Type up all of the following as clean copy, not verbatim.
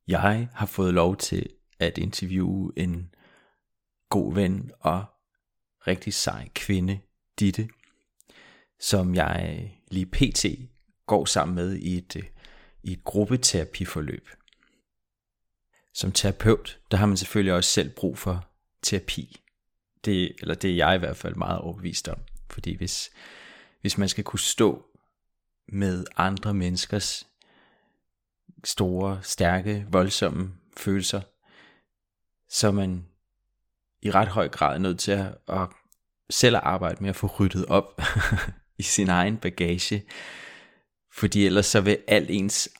Jeg har fået lov til at interviewe en god ven og rigtig sej kvinde, Ditte, som jeg lige pt. Går sammen med i et gruppeterapiforløb. Som terapeut, der har man selvfølgelig også selv brug for terapi. Det er jeg i hvert fald meget overbevist om. Fordi hvis man skal kunne stå med andre menneskers store, stærke, voldsomme følelser, så er man i ret høj grad nødt til at selv arbejde med at få ryddet op i sin egen bagage. Fordi ellers så vil alle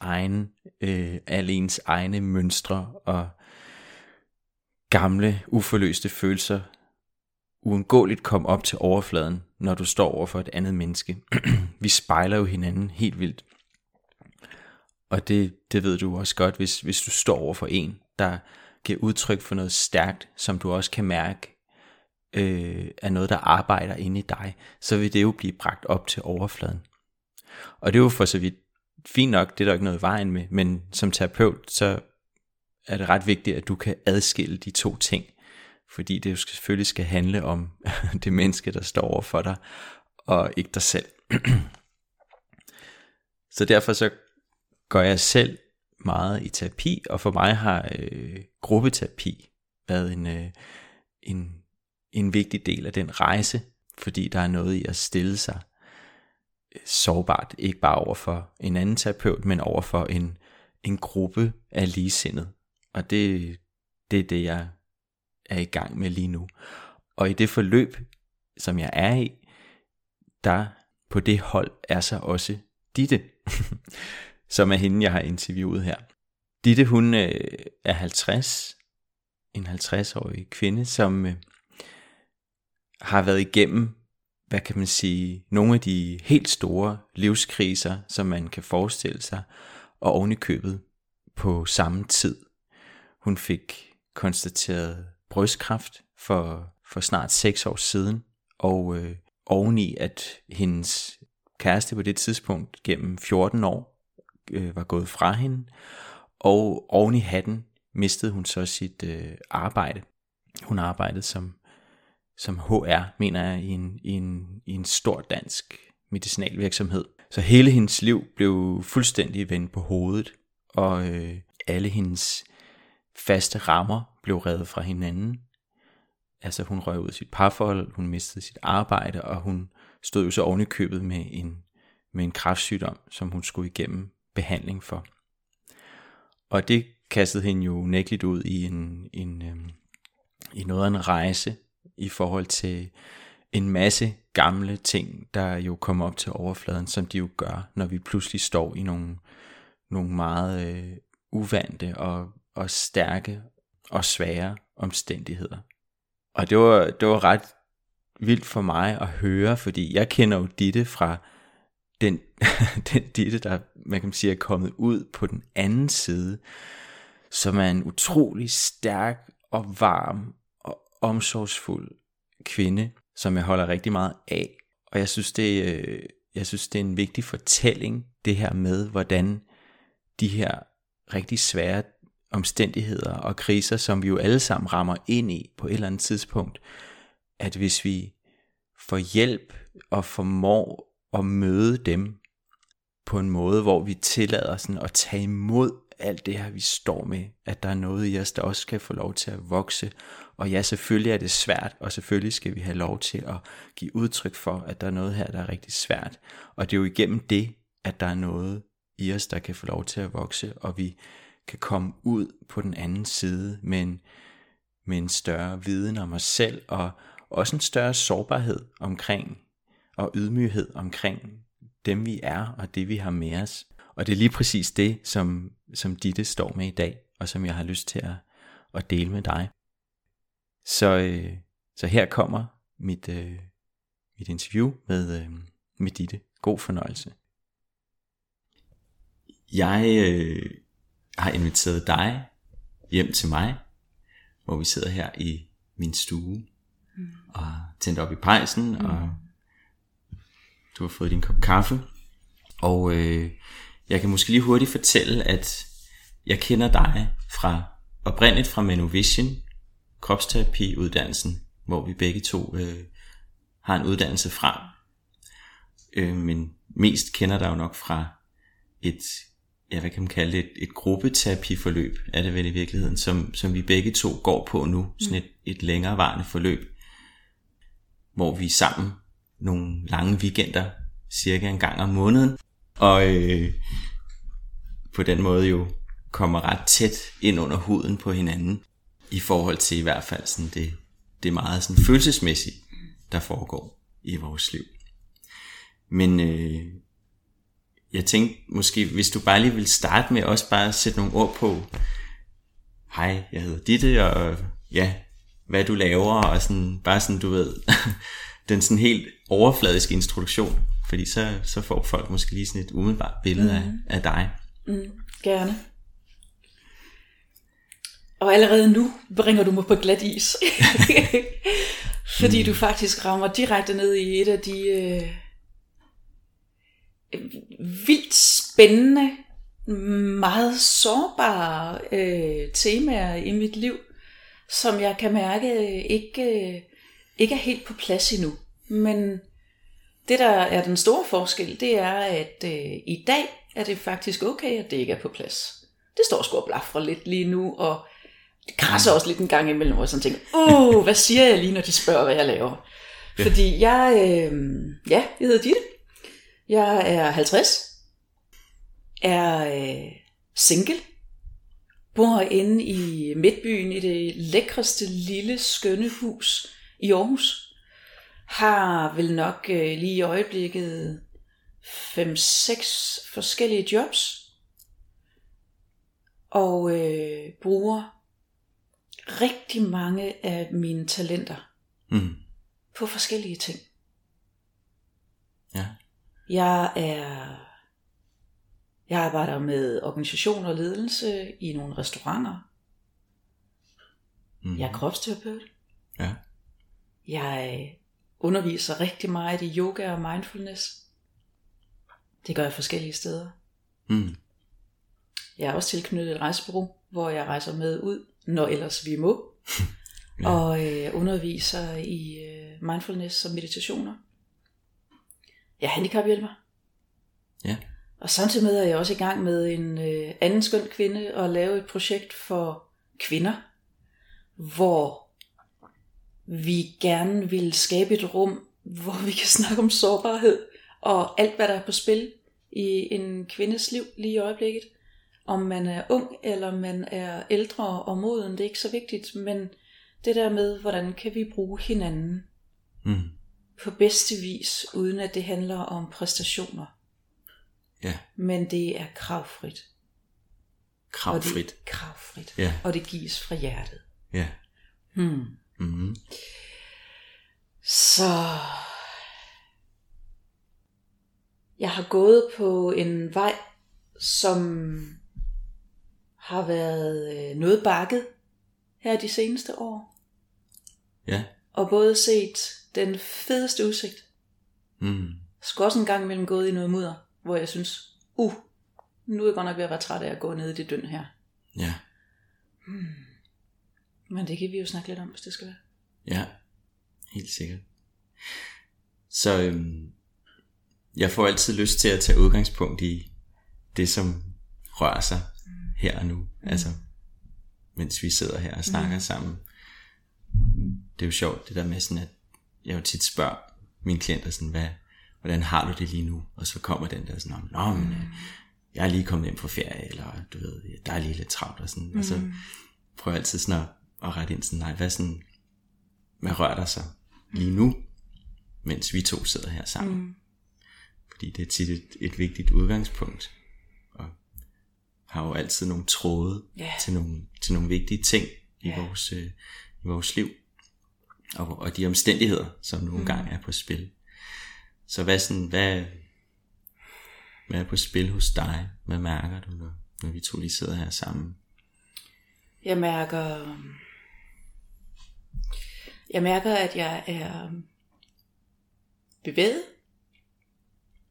ens egne mønstre og gamle, uforløste følelser uundgåeligt komme op til overfladen, når du står over for et andet menneske. Vi spejler jo hinanden helt vildt. Og det ved du også godt, hvis du står over for en, der giver udtryk for noget stærkt, som du også kan mærke er noget, der arbejder inde i dig, så vil det jo blive bragt op til overfladen. Og det er jo for så vidt fint nok, det er der ikke noget i vejen med, men som terapeut, så er det ret vigtigt, at du kan adskille de to ting, fordi det jo selvfølgelig skal handle om det menneske, der står over for dig, og ikke dig selv. Så derfor så går jeg selv meget i terapi, og for mig har gruppeterapi været en vigtig del af den rejse, fordi der er noget i at stille sig sårbart, ikke bare over for en anden terapeut, men over for en gruppe af ligesindede. Og det er det, jeg er i gang med lige nu. Og i det forløb, som jeg er i, der på det hold er så også Ditte, som er hende, jeg har interviewet her. Ditte, hun er 50, en 50-årig kvinde, som har været igennem, hvad kan man sige, nogle af de helt store livskriser, som man kan forestille sig, og oven i købet på samme tid. Hun fik konstateret brystkræft for snart 6 år siden, og oveni at hendes kæreste på det tidspunkt gennem 14 år var gået fra hende, og oven i hatten mistede hun så sit arbejde. Hun arbejdede som HR, mener jeg, i en stor dansk medicinalvirksomhed. Så hele hendes liv blev fuldstændig vendt på hovedet, og alle hendes faste rammer blev revet fra hinanden. Altså hun røg ud af sit parforhold, hun mistede sit arbejde, og hun stod jo så oven i købet med en kræftsygdom, som hun skulle igennem behandling for. Og det kastede hende jo nægteligt ud i noget af en rejse i forhold til en masse gamle ting, der jo kommer op til overfladen, som de jo gør, når vi pludselig står i nogle meget uvante og stærke og svære omstændigheder. Og det var ret vildt for mig at høre, fordi jeg kender jo Ditte fra den Ditte, der man kan sige er kommet ud på den anden side, som er en utrolig stærk og varm og omsorgsfuld kvinde, som jeg holder rigtig meget af. Og jeg synes det er en vigtig fortælling, det her med, hvordan de her rigtig svære omstændigheder og kriser, som vi jo alle sammen rammer ind i på et eller andet tidspunkt, at hvis vi får hjælp og formår at møde dem på en måde, hvor vi tillader sådan at tage imod alt det her, vi står med, at der er noget i os, der også skal få lov til at vokse. Og ja, selvfølgelig er det svært, og selvfølgelig skal vi have lov til at give udtryk for, at der er noget her, der er rigtig svært. Og det er jo igennem det, at der er noget i os, der kan få lov til at vokse, og vi kan komme ud på den anden side med en større viden om os selv, og også en større sårbarhed omkring, og ydmyghed omkring dem vi er, og det vi har med os. Og det er lige præcis det, som Ditte står med i dag, og som jeg har lyst til at dele med dig. Så her kommer mit interview med Ditte. God fornøjelse. Jeg har inviteret dig hjem til mig, hvor vi sidder her i min stue og tændt op i pejsen, og du har fået din kop kaffe. Og jeg kan måske lige hurtigt fortælle, at jeg kender dig oprindeligt fra Manovision, kropsterapiuddannelsen, hvor vi begge to har en uddannelse fra. Men mest kender der jo nok fra hvad kan man kalde det, et gruppeterapiforløb, er det vel i virkeligheden, som vi begge to går på nu, sådan et længerevarende forløb, hvor vi er sammen nogle lange weekender, cirka en gang om måneden, og på den måde jo kommer ret tæt ind under huden på hinanden, i forhold til i hvert fald sådan det meget sådan følelsesmæssige, der foregår i vores liv. Men jeg tænkte måske, hvis du bare lige vil starte med også bare at sætte nogle ord på, hej, jeg hedder Ditte, og ja, hvad du laver, og sådan, bare sådan, du ved, den sådan helt overfladiske introduktion, fordi så får folk måske lige sådan et umiddelbart billede af dig. Gerne. Og allerede nu bringer du mig på glat is. Fordi du faktisk rammer direkte ned i et af de vildt spændende, meget sårbare temaer i mit liv, som jeg kan mærke ikke er helt på plads endnu. Men det, der er den store forskel, det er, at i dag er det faktisk okay, at det ikke er på plads. Det står sgu og blafrer lidt lige nu, og det krasser også lidt en gang imellem, hvor jeg sådan tænker, hvad siger jeg lige, når de spørger, hvad jeg laver? Ja. Fordi jeg hedder Ditte. Jeg er 50, er single, bor inde i midtbyen i det lækreste lille skønne hus i Aarhus. Har vel nok lige i øjeblikket 5-6 forskellige jobs, og bruger rigtig mange af mine talenter på forskellige ting. Ja. Jeg arbejder med organisation og ledelse i nogle restauranter. Jeg er kropsterapeut. Ja. Jeg underviser rigtig meget i yoga og mindfulness. Det gør jeg forskellige steder. Jeg er også tilknyttet et rejsebureau, hvor jeg rejser med ud, når ellers vi må. Ja. Og underviser i mindfulness og meditationer. Jeg er handicaphjælper. Ja. Og samtidig med er jeg også i gang med en anden skøn kvinde at lave et projekt for kvinder, hvor vi gerne vil skabe et rum, hvor vi kan snakke om sårbarhed og alt, hvad der er på spil i en kvindes liv lige i øjeblikket. Om man er ung eller man er ældre og moden, det er ikke så vigtigt, men det der med, hvordan kan vi bruge hinanden på bedste vis, uden at det handler om præstationer. Ja. Men det er kravfrit. Kravfrit. Kravfrit. Ja. Og det gives fra hjertet. Ja. Så jeg har gået på en vej, som har været noget bakket her de seneste år. Ja. Og både set den fedeste udsigt. Skal også en gang imellem gået i noget mudder, hvor jeg synes, nu er jeg godt nok ved at være træt af at gå ned i det døn her. Ja. Men det kan vi jo snakke lidt om, hvis det skal være. Ja, helt sikkert. Så jeg får altid lyst til at tage udgangspunkt i det, som rører sig her og nu. Altså, mens vi sidder her og snakker sammen. Det er jo sjovt, det der med sådan, at jeg jo tit spørger mine klienter sådan, hvordan har du det lige nu? Og så kommer den der sådan, jeg er lige kommet hjem fra ferie, eller du ved, der er lige lidt travlt og sådan. Og så prøver jeg altid sådan at rette ind sådan, hvad rører der sig lige nu, mens vi to sidder her sammen? Fordi det er tit et vigtigt udgangspunkt, og har jo altid nogle tråde til nogle vigtige ting i vores liv, og de omstændigheder, som nogle gange er på spil. Så hvad er på spil hos dig? Hvad mærker du, når vi to lige sidder her sammen? Jeg mærker, at jeg er bevæget.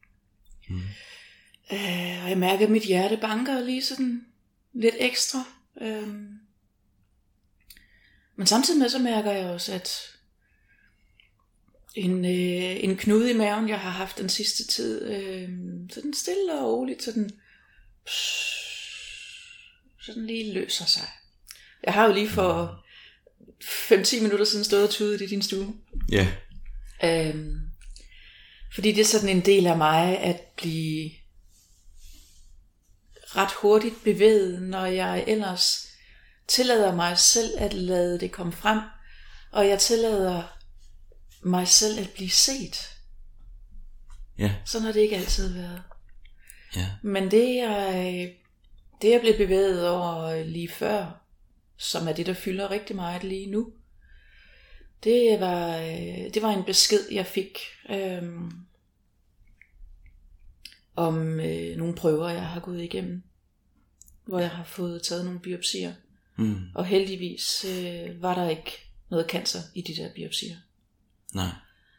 Og jeg mærker, at mit hjerte banker lige sådan lidt ekstra. Men samtidig med så mærker jeg også, at en knude i maven, jeg har haft den sidste tid, sådan stille og roligt, sådan lige løser sig. Jeg har jo lige for 5-10 minutter siden stået og tudet i din stue. Ja. Fordi det er sådan en del af mig at blive ret hurtigt bevæget, når jeg ellers tillader mig selv at lade det komme frem, og jeg tillader mig selv at blive set. Ja. Sådan har det ikke altid været. Ja. Men det jeg blev bevæget over lige før, som er det der fylder rigtig meget lige nu, det var en besked jeg fik om nogle prøver jeg har gået igennem, hvor jeg har fået taget nogle biopsier. Og heldigvis var der ikke noget cancer i de der biopsier. Nej.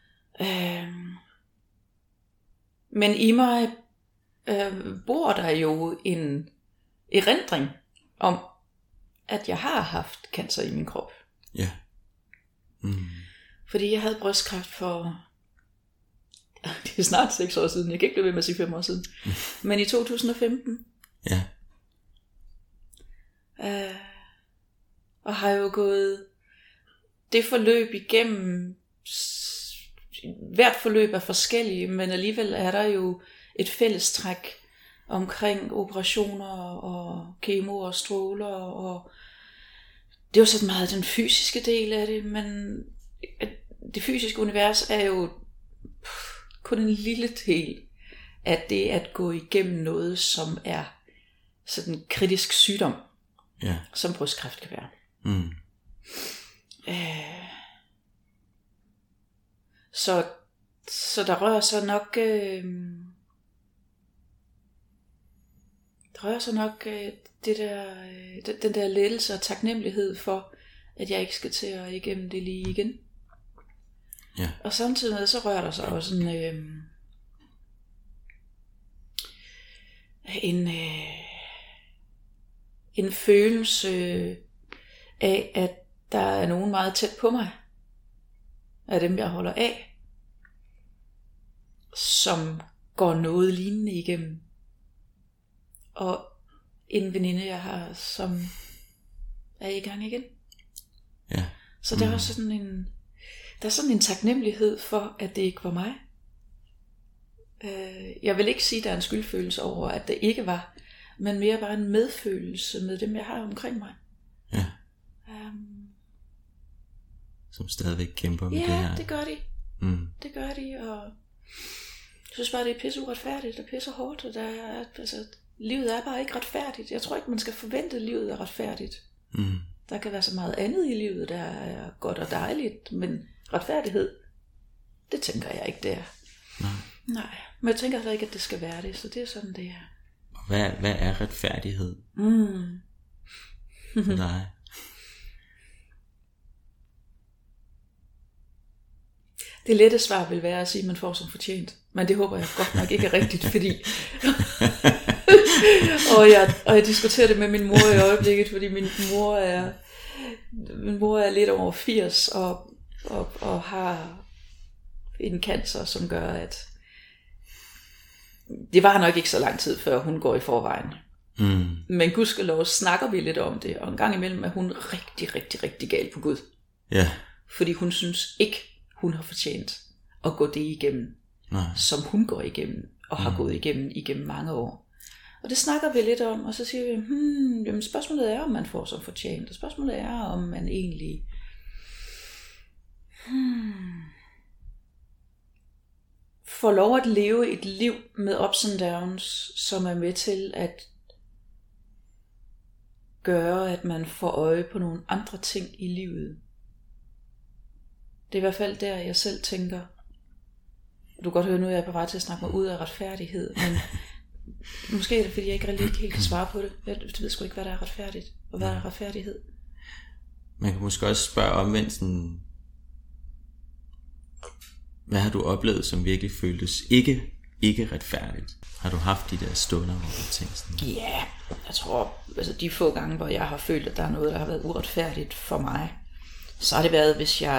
Men i mig bor der jo en erindring om, at jeg har haft cancer i min krop. Ja. Fordi jeg havde brystkræft for, det er snart 6 år siden, jeg kan ikke blive ved med at sige 5 år siden, men i 2015. Ja. Og har jo gået det forløb igennem. Hvert forløb er forskellige, men alligevel er der jo et fællestræk omkring operationer og kemo og stråler, og det er jo sådan meget den fysiske del af det, men det fysiske univers er jo kun en lille del af det at gå igennem noget, som er sådan kritisk sygdom, Ja. som brystkræft kan være. Så der rører sig nok det der, den der lettelse og taknemmelighed for, at jeg ikke skal til at igennem det lige igen. Ja. Og samtidig med så rører der sig også en følelse af, at der er nogen meget tæt på mig, af dem jeg holder af, som går noget lignende igennem. Og en veninde jeg har, som er i gang igen. Ja. Så der er sådan en taknemmelighed for, at det ikke var mig. Jeg vil ikke sige, at der er en skyldfølelse over, at det ikke var, men mere bare en medfølelse med dem, jeg har omkring mig. Ja. Som stadigvæk kæmper med det her. Ja, det gør de. Det gør de, og jeg synes bare, det er pisse uretfærdigt og pisse hårdt, og livet er bare ikke retfærdigt. Jeg tror ikke, man skal forvente, at livet er retfærdigt. Der kan være så meget andet i livet, der er godt og dejligt, men retfærdighed, det tænker jeg ikke, det er. Nej, men jeg tænker heller ikke, at det skal være det, så det er sådan, det er. Hvad er retfærdighed for dig? Det lette svar vil være at sige, at man får som fortjent. Men det håber jeg godt nok ikke er rigtigt, fordi... og jeg diskuterer det med min mor i øjeblikket, fordi min mor er lidt over 80 og har en cancer, som gør, at det var nok ikke så lang tid, før hun går i forvejen. Men gudskelov snakker vi lidt om det, og en gang imellem er hun rigtig, rigtig, rigtig gal på Gud. Ja. Fordi hun synes ikke, hun har fortjent at gå det igennem, som hun går igennem, og har gået igennem mange år. Og det snakker vi lidt om, og så siger vi, jamen spørgsmålet er, om man får som fortjent, og spørgsmålet er, om man egentlig får lov at leve et liv med ups and downs, som er med til at gøre, at man får øje på nogle andre ting i livet. Det er i hvert fald der, jeg selv tænker. Du kan godt høre nu, at jeg er på vej til at snakke mig ud af retfærdighed, men måske er det, fordi jeg ikke rigtig helt kan svare på det. Jeg ved sgu ikke, hvad der er retfærdigt, og hvad der er retfærdighed. Man kan måske også spørge omvendt sådan, hvad har du oplevet, som virkelig føltes ikke ikke retfærdigt? Har du haft de der stunder, hvor du tænker sådan? Ja, jeg tror, altså de få gange, hvor jeg har følt, at der er noget, der har været uretfærdigt for mig, så har det været,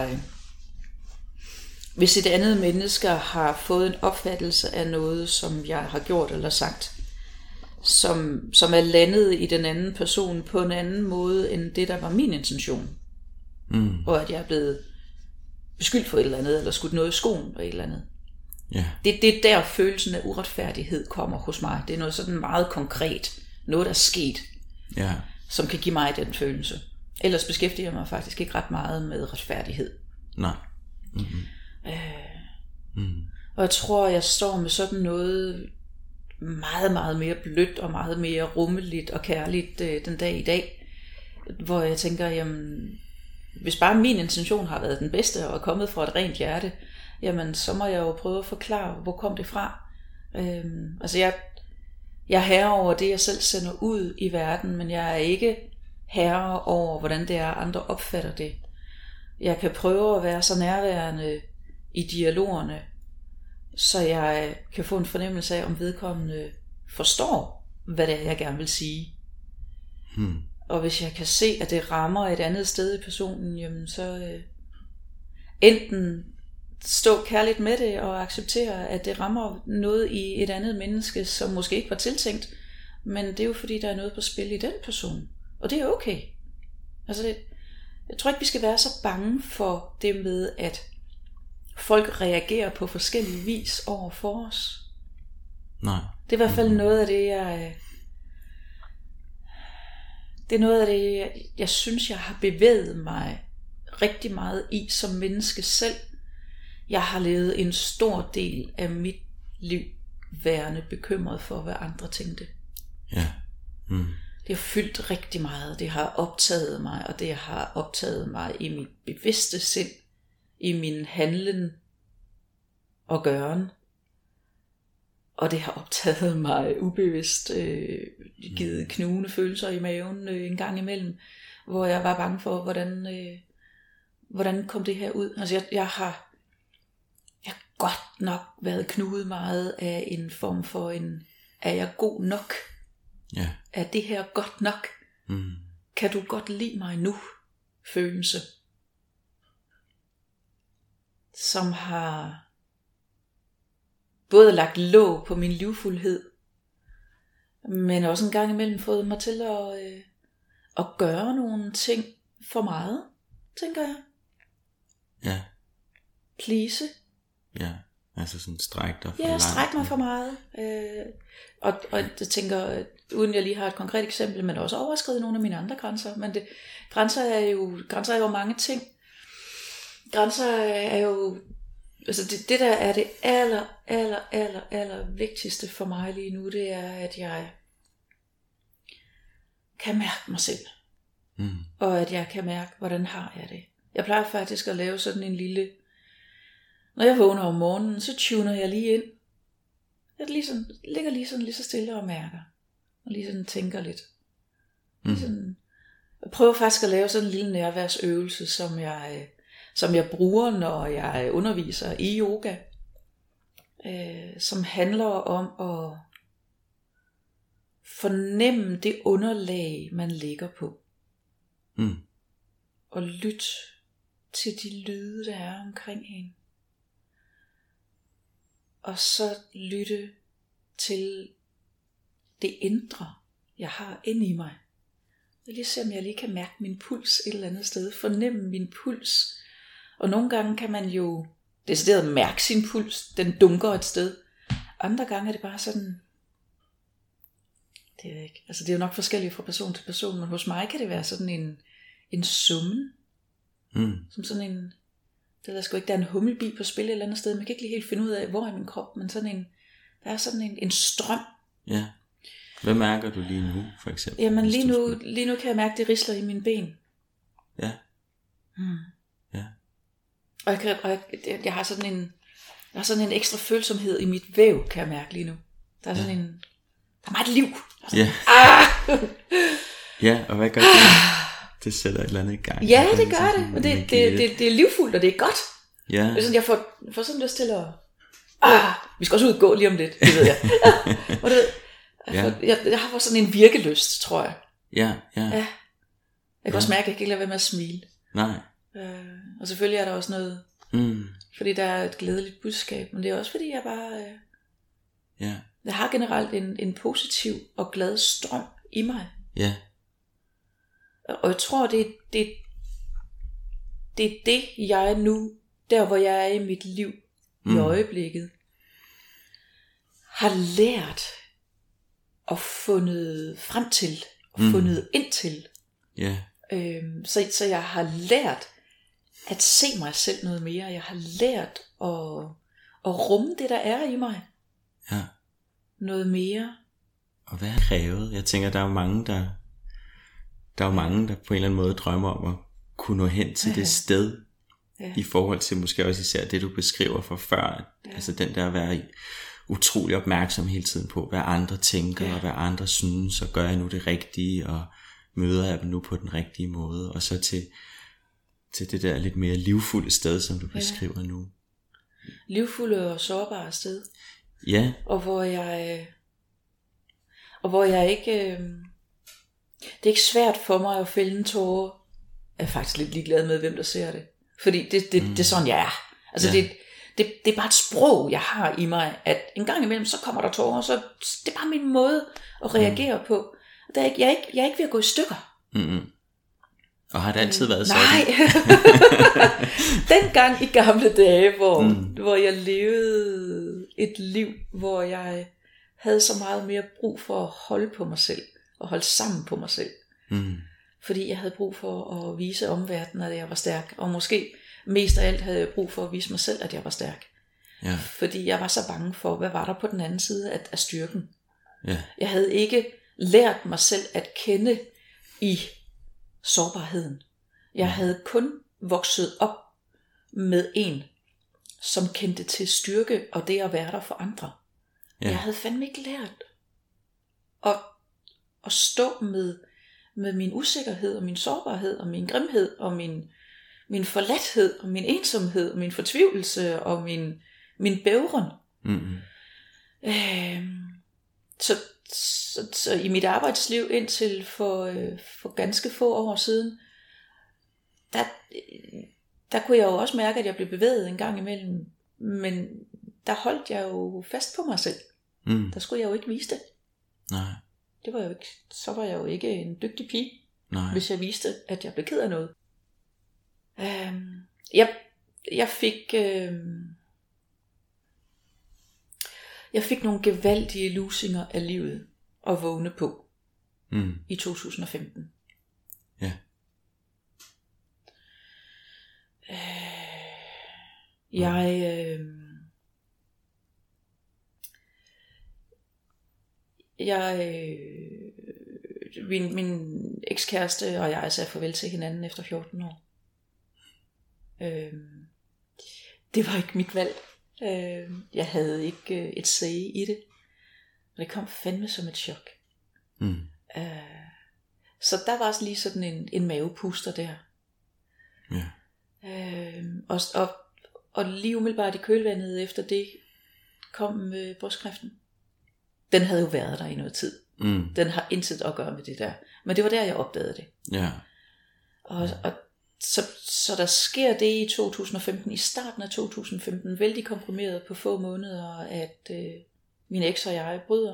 hvis et andet menneske har fået en opfattelse af noget, som jeg har gjort eller sagt, som er landet i den anden person på en anden måde, end det, der var min intention. Og at jeg er blevet beskyldt for et eller andet, eller skudt noget i skoen og et eller andet. Ja. Det er der følelsen af uretfærdighed kommer hos mig. Det er noget sådan meget konkret. Noget, der er sket, som kan give mig den følelse. Ellers beskæftiger jeg mig faktisk ikke ret meget med retfærdighed. Nej. Og jeg tror, jeg står med sådan noget meget, meget mere blødt og meget mere rummeligt og kærligt den dag i dag, hvor jeg tænker, jamen, hvis bare min intention har været den bedste og er kommet fra et rent hjerte, jamen så må jeg jo prøve at forklare, hvor kom det fra. Altså jeg er herre over det, jeg selv sender ud i verden, men jeg er ikke herre over, hvordan det er, andre opfatter det. Jeg kan prøve at være så nærværende i dialogerne, så jeg kan få en fornemmelse af, om vedkommende forstår, hvad det er, jeg gerne vil sige. Og hvis jeg kan se, at det rammer et andet sted i personen, jamen så enten stå kærligt med det og acceptere, at det rammer noget i et andet menneske, som måske ikke var tiltænkt, men det er jo fordi, der er noget på spil i den person. Og det er okay. Altså jeg tror ikke, vi skal være så bange for det med, at folk reagerer på forskellige vis over for os. Nej. Det er i hvert fald noget af det, jeg synes, jeg har bevæget mig rigtig meget i som menneske selv. Jeg har levet en stor del af mit liv værende bekymret for, hvad andre tænkte. Ja. Det har fyldt rigtig meget. Det har optaget mig, og det har optaget mig i mit bevidste sind, i min handlen og gøren. Og det har optaget mig ubevidst, givet knugende følelser i maven en gang imellem, hvor jeg var bange for, hvordan kom det her ud. Altså jeg har godt nok været knuget meget af en form for er jeg god nok? Ja. Er det her godt nok? Kan du godt lide mig nu? Følelse. Som har både lagt låg på min livfuldhed, men også en gang imellem fået mig til at gøre nogle ting for meget, tænker jeg. Ja. Please. Ja, altså sådan stræk dig for langt. Ja, stræk mig for meget. Og jeg tænker, uden jeg lige har et konkret eksempel, men også overskride nogle af mine andre grænser. Men grænser er jo mange ting. Grænser er jo, altså det der er det aller vigtigste for mig lige nu, det er, at jeg kan mærke mig selv. Og at jeg kan mærke, hvordan har jeg det. Jeg plejer faktisk at lave sådan en lille, når jeg vågner om morgenen, så tuner jeg lige ind. Jeg ligger lige så stille og mærker. Og lige sådan tænker lidt. Jeg prøver faktisk at lave sådan en lille nærværsøvelse, som jeg bruger, når jeg underviser i yoga. Som handler om at fornemme det underlag, man ligger på. Og lytte til de lyde, der er omkring en. Og så lytte til det indre, jeg har inde i mig. Jeg lige se, om jeg lige kan mærke min puls et eller andet sted. Fornemme min puls. Og nogle gange kan man jo decideret mærke sin puls. Den dunker et sted. Andre gange er det bare sådan, det er ikke. Altså det er jo nok forskelligt fra person til person, men hos mig kan det være sådan en summen. Som sådan en, det er sgu ikke, der er en hummelbi på spil et eller andet sted. Man kan ikke lige helt finde ud af, hvor er min krop, men der er sådan en strøm. Ja. Hvad mærker du lige nu, for eksempel? Jamen lige nu kan jeg mærke, det risler i mine ben. Ja. Ja. Og jeg har sådan en ekstra følsomhed i mit væv, kan jeg mærke lige nu. Der er sådan der er meget liv. Ja. Ja, og hvad gør det? Det sætter et eller andet i gang. Ja, det gør det. Og det er livfuldt, og det er godt. Ja. Det er sådan, jeg får sådan lyst til vi skal også ud og gå lige om lidt, det ved jeg. Og det, jeg har fået sådan en virkelyst, tror jeg. Ja. Jeg kan også mærke, at jeg kan ikke lade være med at smile. Nej. Og selvfølgelig er der også noget, fordi der er et glædeligt budskab, men det er også fordi, jeg bare... Jeg har generelt en positiv og glad strøm i mig. Ja. Og jeg tror, det er det, jeg nu, der hvor jeg er i mit liv i øjeblikket, har lært og fundet frem til, og fundet ind til. Ja. Så jeg har lært at se mig selv noget mere. Jeg har lært at rumme det, der er i mig. Ja. Noget mere. Og hvad er krævet? Jeg tænker, der er jo mange, der på en eller anden måde drømmer om at kunne nå hen til det sted, i forhold til måske også især det, du beskriver fra før. Altså den der at være utrolig opmærksom hele tiden på, hvad andre tænker, og hvad andre synes, og gør jeg nu det rigtige, og møder jeg dem nu på den rigtige måde, og så til det der lidt mere livfulde sted, som du beskriver nu. Livfulde og sårbare sted. Ja. Og hvor jeg ikke... det er ikke svært for mig at fælde en tåre. Jeg er faktisk lidt ligeglad med, hvem der ser det. Fordi det er sådan, jeg er. Altså det er bare et sprog, jeg har i mig, at en gang imellem, så kommer der tårer, så det er bare min måde at reagere på. Jeg er ikke ved at gå i stykker. Og har det altid været sådan? Nej. Dengang i gamle dage, hvor jeg levede et liv, hvor jeg havde så meget mere brug for at holde på mig selv, og holde sammen på mig selv. Fordi jeg havde brug for at vise omverdenen, at jeg var stærk. Og måske mest af alt havde jeg brug for at vise mig selv, at jeg var stærk. Ja. Fordi jeg var så bange for, hvad var der på den anden side af styrken. Ja. Jeg havde ikke lært mig selv at kende i sårbarheden. Jeg havde kun vokset op med en, som kendte til styrke og det at være der for andre. Ja. Jeg havde fandme ikke lært at stå med min usikkerhed og min sårbarhed og min grimhed og min forladthed og min ensomhed og min fortvivlelse og min bævren. Så i mit arbejdsliv indtil for ganske få år siden, der kunne jeg jo også mærke, at jeg blev bevæget en gang imellem, men der holdt jeg jo fast på mig selv. Der skulle jeg jo ikke vise det. Nej. Det var jo ikke, så var jeg jo ikke en dygtig pige, hvis jeg viste, at jeg blev ked af noget. Jeg fik nogle gevaldige lusinger af livet at vågne på i 2015. Ja. Min ekskæreste og jeg sagde farvel til hinanden efter 14 år. Det var ikke mit valg. Jeg havde ikke et say i det. Og det kom fandme som et chok. Så der var lige sådan en mavepuster der. Ja. Og lige umiddelbart i kølvandet efter det kom brystkræften. Den havde jo været der i noget tid. Den har intet at gøre med det der. Men det var der jeg opdagede det. Ja. Og så der sker det i 2015, i starten af 2015, vældig komprimeret på få måneder, at min eks og jeg bryder.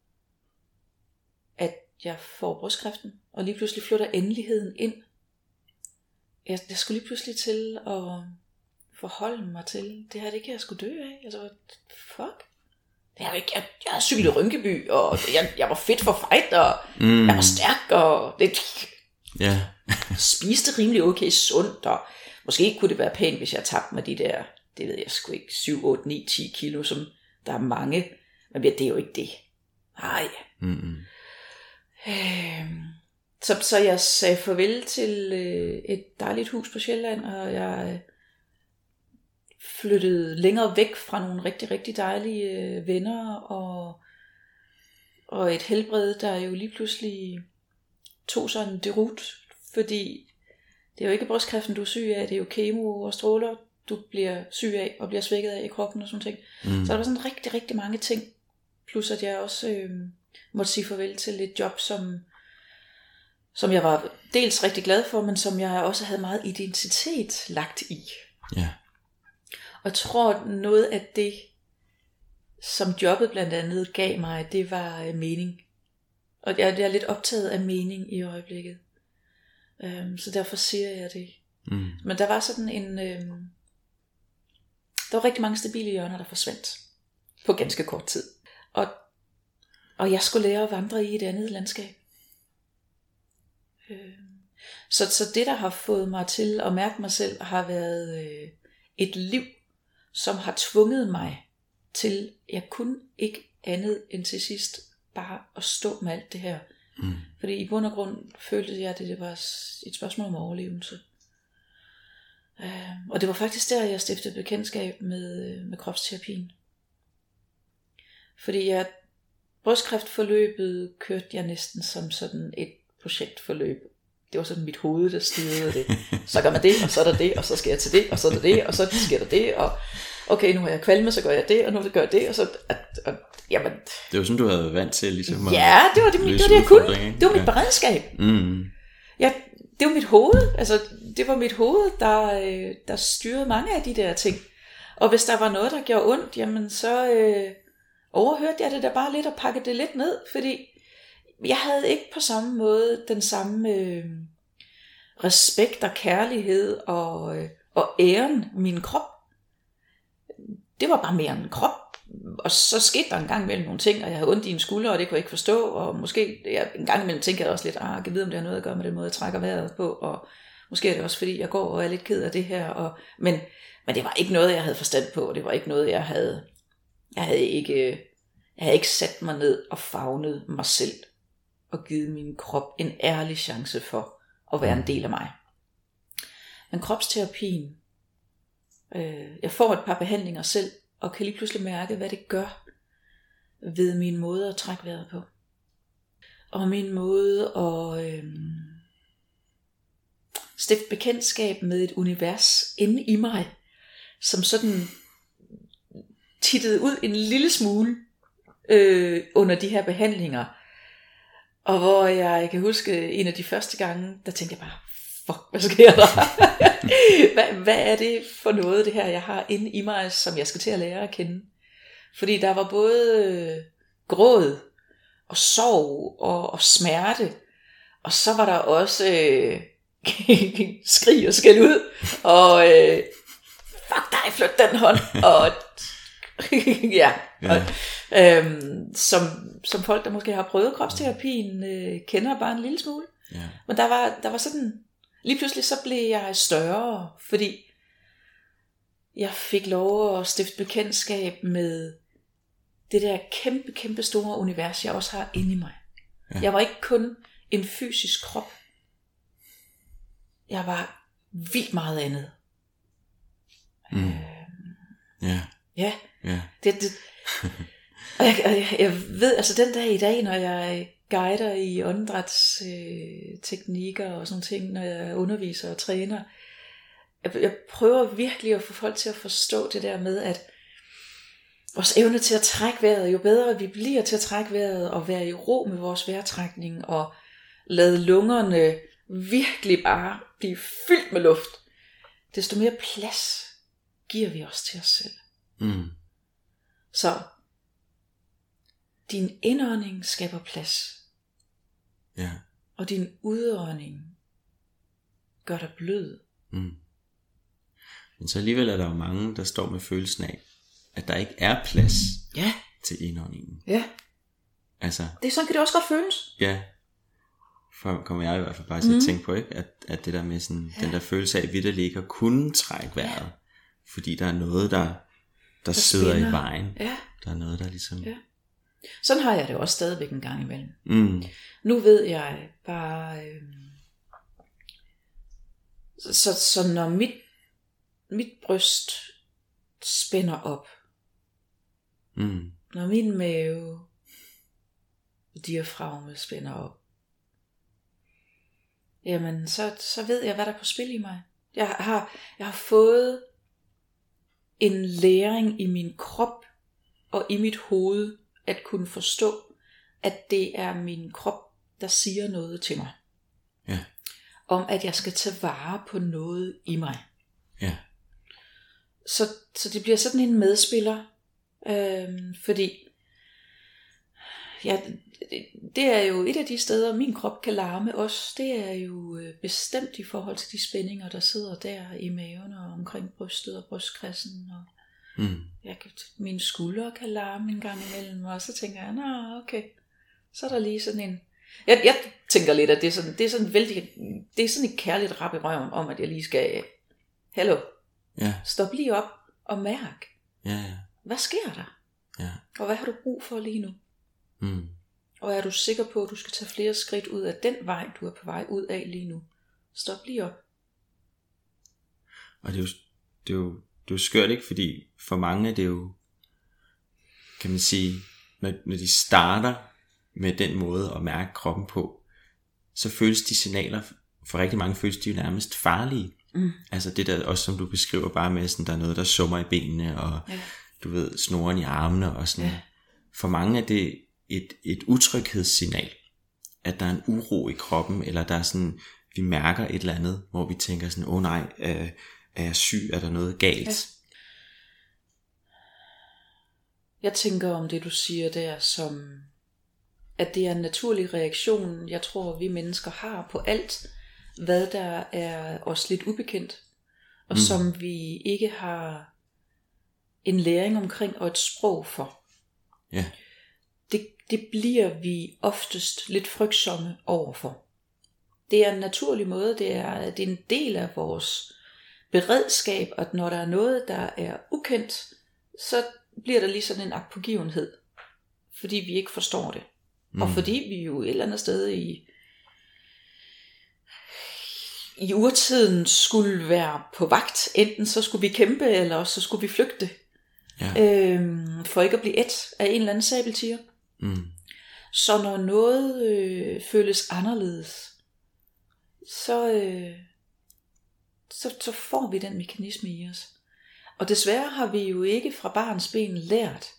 At jeg får brystkræften, og lige pludselig flytter endeligheden ind. Jeg skulle lige pludselig til at forholde mig til, det her det kan jeg sgu dø af. Altså, fuck. Det er jo ikke, jeg havde cyklet i Rynkeby, og jeg var fedt for fight, og jeg var stærk, og det... Ja. Spiste rimelig okay sundt, og måske kunne det være pænt, hvis jeg tabte mig de der, det ved jeg sgu ikke, 7, 8, 9, 10 kilo, som der er mange, men det er jo ikke det. Nej. Så jeg sagde farvel til et dejligt hus på Sjælland, og jeg flyttede længere væk fra nogle rigtig, rigtig dejlige venner, og et helbred, der jo lige pludselig tog sådan en derut, fordi det er jo ikke brystkræften, du er syg af, det er jo kemo og stråler, du bliver syg af og bliver svækket af i kroppen og sådan ting. Så der var sådan rigtig, rigtig mange ting. Plus at jeg også måtte sige farvel til et job, som jeg var dels rigtig glad for, men som jeg også havde meget identitet lagt i. Ja. Og jeg tror, noget af det, som jobbet blandt andet gav mig, det var mening. Og jeg er lidt optaget af mening i øjeblikket. Så derfor siger jeg det. Men der var sådan der var rigtig mange stabile hjørner, der forsvandt på ganske kort tid. Og jeg skulle lære at vandre i et andet landskab. Så det, der har fået mig til at mærke mig selv, har været et liv, som har tvunget mig til, jeg kunne ikke andet end til sidst bare at stå med alt det her. Fordi i bund og grund følte jeg, at det var et spørgsmål om overlevelse. Og det var faktisk der, jeg stiftede bekendtskab med kropsterapien. Fordi brystkræftforløbet kørte jeg næsten som sådan et projektforløb. Det var sådan mit hoved, der styrede det. Så gør man det, og så er der det, og så skal jeg til det, og så er der det, og så sker der det, og okay, nu har jeg kvalme, så gør jeg det, og nu gør jeg det, og så... Jamen, det var sådan, du havde været vant til ligesom ja, det var det jeg kunne. Det var mit beredskab. Ja, det var mit hoved. Altså, det var mit hoved, der styrede mange af de der ting. Og hvis der var noget, der gjorde ondt, jamen så overhørte jeg det der bare lidt og pakkede det lidt ned, fordi jeg havde ikke på samme måde den samme respekt og kærlighed og æren min krop. Det var bare mere en krop. Og så skete der en gang imellem nogle ting, og jeg havde ondt i en skulder, og det kunne jeg ikke forstå, og måske en gang imellem tænkte jeg også lidt, kan vide, om det har noget at gøre med den måde, jeg trækker vejret på, og måske er det også, fordi jeg går og er lidt ked af det her, men det var ikke noget, jeg havde forstand på, det var ikke noget, jeg havde ikke sat mig ned og favnet mig selv, og givet min krop en ærlig chance for at være en del af mig. Men kropsterapien, jeg får et par behandlinger selv, og kan lige pludselig mærke, hvad det gør ved min måde at trække vejret på. Og min måde at stifte bekendtskab med et univers inde i mig, som sådan tittede ud en lille smule under de her behandlinger. Og hvor jeg kan huske en af de første gange, der tænkte jeg bare, fuck, hvad sker der? hvad er det for noget, det her, jeg har inde i mig, som jeg skal til at lære at kende? Fordi der var både gråd og sorg og smerte, og så var der også skrig og skæld ud, og fuck dig, flyt den hånd, og ja. Som folk, der måske har prøvet kropsterapien, kender bare en lille smule. Men der var sådan, lige pludselig så blev jeg større, fordi jeg fik lov at stifte bekendtskab med det der kæmpe, kæmpe store univers, jeg også har inde i mig. Jeg var ikke kun en fysisk krop. Jeg var vildt meget andet. Ja. Og jeg ved, altså den dag i dag, når jeg guider i åndedrætsteknikker og sådan ting, når jeg underviser og træner, jeg prøver virkelig at få folk til at forstå det der med, at vores evne til at trække vejret, jo bedre vi bliver til at trække vejret og være i ro med vores vejrtrækning og lade lungerne virkelig bare blive fyldt med luft, desto mere plads giver vi os til os selv. Så din indånding skaber plads. Og din udånding gør dig blød. Men så alligevel er der jo mange, der står med følelsen af, at der ikke er plads til indåndingen. Altså, det er sådan, kan det også godt føles. For kommer jeg i hvert fald bare til at tænke på, ikke? At det der med sådan, den der følelse af, at vi der ligger kunne trække vejret, fordi der er noget, der sidder i vejen. Der er noget, der ligesom... Sådan har jeg det også stadigvæk en gang imellem. Nu ved jeg bare... Så når mit bryst spænder op, når min mave og diafragme spænder op, jamen så ved jeg, hvad der er på spil i mig. Jeg har fået en læring i min krop og i mit hoved at kunne forstå, at det er min krop, der siger noget til mig. Ja. Om at jeg skal tage vare på noget i mig. Ja. Så det bliver sådan en medspiller, fordi ja, det er jo et af de steder, min krop kan larme også. Det er jo bestemt i forhold til de spændinger, der sidder der i maven og omkring brystet og brystkassen. Og mine skuldre kan larme en gang imellem, og så tænker jeg, nå okay, så er der lige sådan en... Jeg tænker lidt, at det er sådan et kærligt rap i røven om, at jeg lige skal... Hallo, stop lige op og mærk. Hvad sker der? Og hvad har du brug for lige nu? Og er du sikker på, at du skal tage flere skridt ud af den vej, du er på vej ud af lige nu? Stop lige op. Og det er jo skørt, ikke? Fordi for mange er det jo, kan man sige, når de starter med den måde at mærke kroppen på, så føles de signaler, for rigtig mange føles de jo nærmest farlige. Altså det der også, som du beskriver, bare med sådan, der er noget, der summer i benene, og du ved, snoren i armene og sådan. For mange er det et utryghedssignal, at der er en uro i kroppen, eller der er sådan, vi mærker et eller andet, hvor vi tænker sådan, nej, er jeg syg, er der noget galt? Jeg tænker om det du siger der, som at det er en naturlig reaktion, jeg tror vi mennesker har på alt, hvad der er os lidt ubekendt, og som vi ikke har en læring omkring og et sprog for. Det bliver vi oftest lidt frygtsomme overfor. Det er en naturlig måde, det er en del af vores beredskab, at når der er noget, der er ukendt, så bliver der lige sådan en agtpågivenhed, fordi vi ikke forstår det. Og fordi vi jo et eller andet sted i urtiden skulle være på vagt, enten så skulle vi kæmpe, eller så skulle vi flygte, for ikke at blive ædt af en eller anden sabeltiger. Så når noget føles anderledes, så får vi den mekanisme i os. Og desværre har vi jo ikke fra barns ben lært,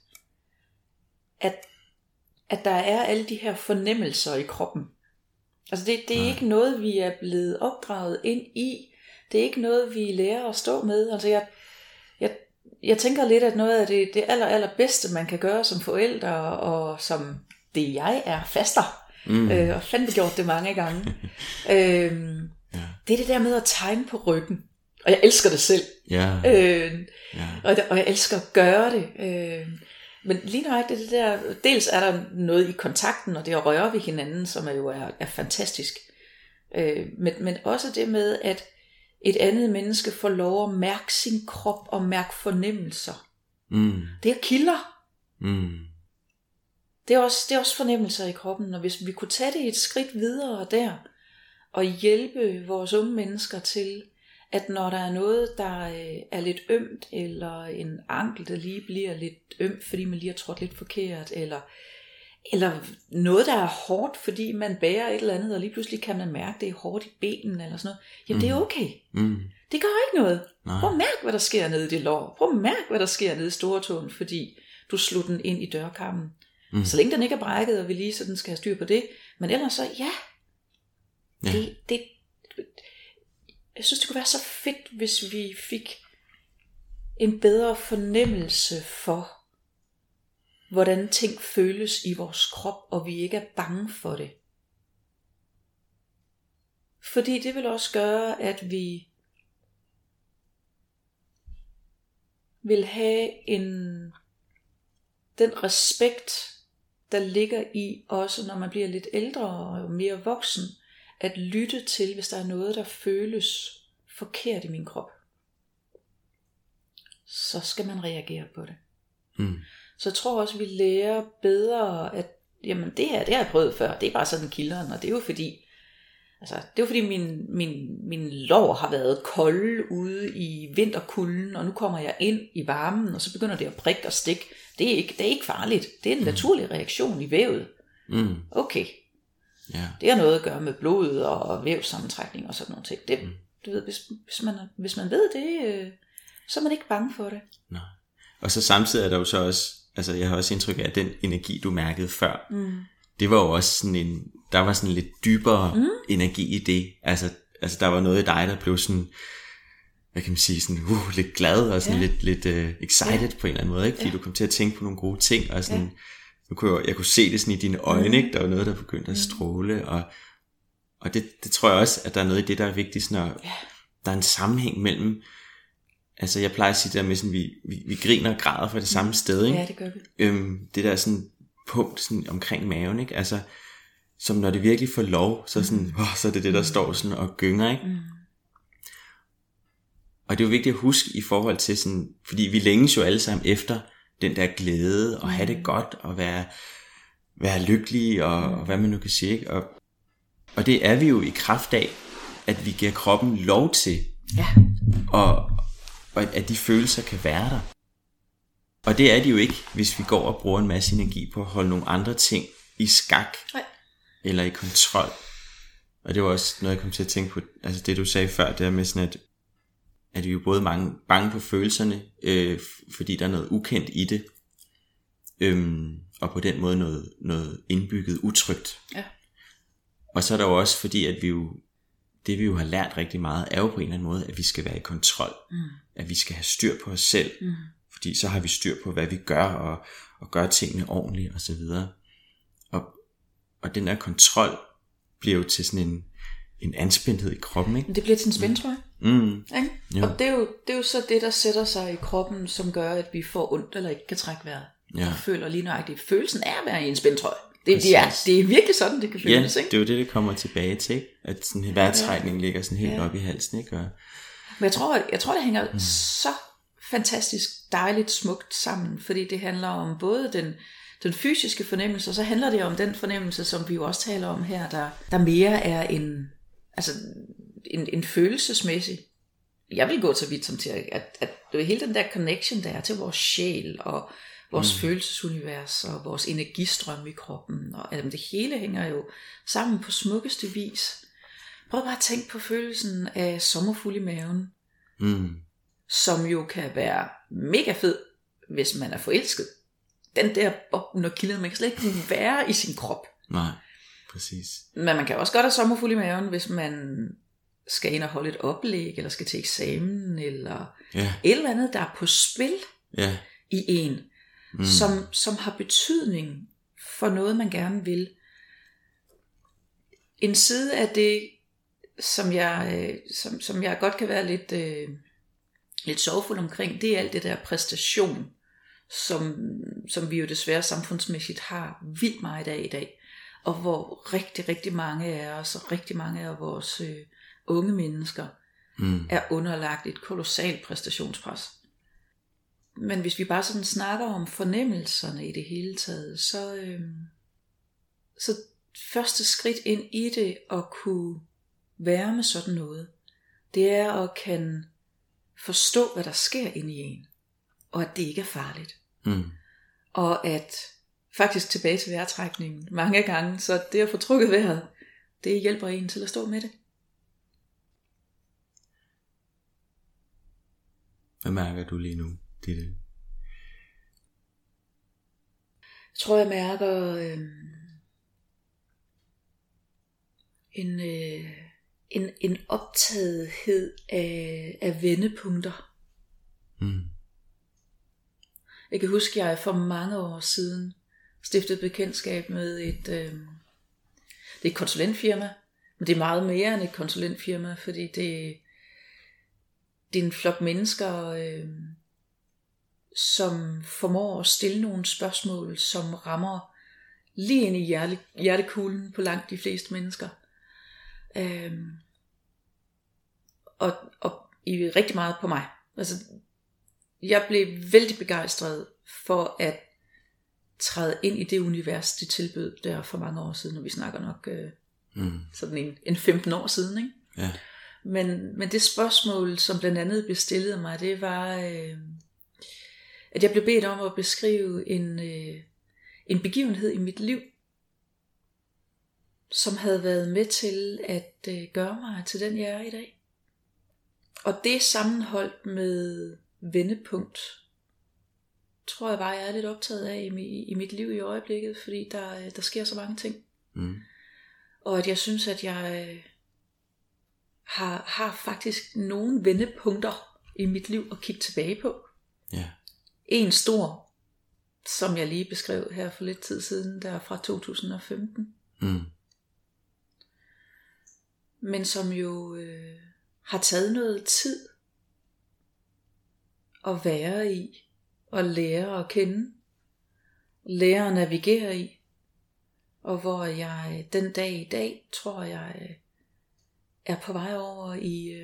at der er alle de her fornemmelser i kroppen. Altså det er ikke noget, vi er blevet opdraget ind i. Det er ikke noget, vi lærer at stå med. Altså jeg tænker lidt, at noget af det allerbedste, man kan gøre som forældre, og som det jeg er faster, og fandme gjort det mange gange, det er det der med at tegne på ryggen. Og jeg elsker det selv. Og jeg elsker at gøre det. Men lige nøjagtigt det der, dels er der noget i kontakten, og det at røre ved hinanden, som er fantastisk. Men også det med, at et andet menneske får lov at mærke sin krop og mærke fornemmelser. Det er kilder. Det er også fornemmelser i kroppen, og hvis vi kunne tage det et skridt videre der, og hjælpe vores unge mennesker til, at når der er noget, der er lidt ømt, eller en ankel, der lige bliver lidt ømt, fordi man lige har trådt lidt forkert, eller noget, der er hårdt, fordi man bærer et eller andet, og lige pludselig kan man mærke, det er hårdt i benen, eller sådan noget. Jamen det er okay. Det gør ikke noget. Prøv at mærke, hvad der sker nede i det lår. Prøv at mærke, hvad der sker nede i stortåen, fordi du slog den ind i dørkarmen. Så længe den ikke er brækket, og vi lige sådan skal have styr på det. Men ellers så, det jeg synes, det kunne være så fedt, hvis vi fik en bedre fornemmelse for, hvordan ting føles i vores krop, og vi ikke er bange for det. Fordi det vil også gøre, at vi vil have den respekt, der ligger i, også når man bliver lidt ældre og mere voksen, at lytte til, hvis der er noget, der føles forkert i min krop. Så skal man reagere på det. Så jeg tror også, vi lærer bedre, at jamen det har jeg prøvet før. Det er bare sådan kilderen, og det er jo fordi, min lår har været kolde ude i vinterkulden, og nu kommer jeg ind i varmen, og så begynder det at prikke og stikke. Det er ikke farligt. Det er en naturlig reaktion i vævet. Okay. Det har noget at gøre med blodet og vævssammentrækning og sådan nogle ting. Det, du ved, hvis man ved det, så er man ikke bange for det. Nej. Og så samtidig er der jo så også, altså jeg har også indtryk af, at den energi, du mærkede før, det var jo også sådan der var sådan lidt dybere energi i det. Altså der var noget i dig, der blev sådan, hvad kan man sige, sådan lidt glad og sådan lidt excited på en eller anden måde, ikke? Fordi du kom til at tænke på nogle gode ting, og sådan, jeg kunne se det sådan i dine øjne, ikke? Der var noget, der begyndte at stråle, og det tror jeg også, at der er noget i det, der er vigtigt, når der er en sammenhæng mellem, altså jeg plejer at sige det der med sådan, vi griner og græder fra det samme sted, ikke? Ja, det gør vi. Det der sådan punkt sådan omkring maven, ikke? Altså, som når det virkelig får lov, så sådan, så er det der står sådan og gynger, ikke? Og det er jo vigtigt at huske i forhold til sådan, fordi vi længes jo alle sammen efter den der glæde, og have det godt, og være lykkelige, og hvad man nu kan sige, ikke? Og det er vi jo i kraft af, at vi giver kroppen lov til, og at de følelser kan være der. Og det er de jo ikke, hvis vi går og bruger en masse energi på at holde nogle andre ting i skak, eller i kontrol. Og det var også noget, jeg kom til at tænke på, altså det du sagde før, det er med sådan, at vi jo både bange på følelserne, fordi der er noget ukendt i det, og på den måde noget indbygget utrygt. Ja. Og så er der jo også fordi, at det vi jo har lært rigtig meget, er jo på en eller anden måde, at vi skal være i kontrol, at vi skal have styr på os selv, fordi så har vi styr på, hvad vi gør, og gør tingene ordentligt, og så videre. Og den der kontrol bliver jo til sådan en anspændthed i kroppen, ikke? Det bliver til en spændtrøje. Og det er jo så det, der sætter sig i kroppen, som gør, at vi får ondt, eller ikke kan trække vejret. Og føler lige nøjagtigt, følelsen er at være i en spændtrøje. Det er virkelig sådan, det kan føles, ikke? Det er jo det kommer tilbage til, ikke? At sådan en vejrtrækning ligger sådan helt op i halsen, ikke? Men jeg tror, det hænger så fantastisk dejligt smukt sammen, fordi det handler om både den fysiske fornemmelse, og så handler det om den fornemmelse, som vi jo også taler om her, der mere er en følelsesmæssig. Jeg vil gå så vidt som til, at det er hele den der connection, der er til vores sjæl, og vores følelsesunivers, og vores energistrøm i kroppen, og det hele hænger jo sammen på smukkeste vis. Prøv bare at tænke på følelsen af sommerfugl i maven, som jo kan være mega fed, hvis man er forelsket. Den der boblen og kilden, man kan slet ikke være i sin krop. Nej, præcis. Men man kan også godt have sommerfugl i maven, hvis man skal ind og holde et oplæg, eller skal til eksamen, eller et eller andet, der er på spil i en, som har betydning for noget, man gerne vil. En side af det, som jeg godt kan være lidt sorgfuld omkring, det er alt det der præstation, som vi jo desværre samfundsmæssigt har vildt meget af i dag, og hvor rigtig, rigtig mange af os, og rigtig mange af vores unge mennesker, er underlagt et kolossalt præstationspres. Men hvis vi bare sådan snakker om fornemmelserne i det hele taget, så første skridt ind i det at kunne være med sådan noget, det er at kan forstå, hvad der sker inde i en, og at det ikke er farligt. Og at faktisk tilbage til vejrtrækningen mange gange, så det at få trukket vejret, det hjælper en til at stå med det. Hvad mærker du lige nu, Ditte? Jeg tror, jeg mærker en optagethed af vendepunkter. Jeg kan huske, at jeg for mange år siden stiftede bekendtskab med det er et konsulentfirma, men det er meget mere end et konsulentfirma, fordi det er en flok mennesker, som formår at stille nogle spørgsmål, som rammer lige ind i hjertekuglen på langt de fleste mennesker. Og i rigtig meget på mig. Altså, jeg blev vældig begejstret for at træde ind i det univers, de tilbød der for mange år siden, og vi snakker nok sådan en 15 år siden, ikke? Ja. Men det spørgsmål, som blandt andet blev stillet mig, det var, at jeg blev bedt om at beskrive en begivenhed i mit liv, som havde været med til at gøre mig til den, jeg er i dag. Og det sammenholdt med vendepunkt, tror jeg bare, jeg er lidt optaget af i mit liv i øjeblikket, fordi der sker så mange ting. Og at jeg synes, at jeg har faktisk nogle vendepunkter i mit liv at kigge tilbage på. Ja. En stor, som jeg lige beskrev her for lidt tid siden, der er fra 2015. Men som jo har taget noget tid at være i, og lære at kende, lære at navigere i, og hvor jeg den dag i dag, tror jeg, er på vej over i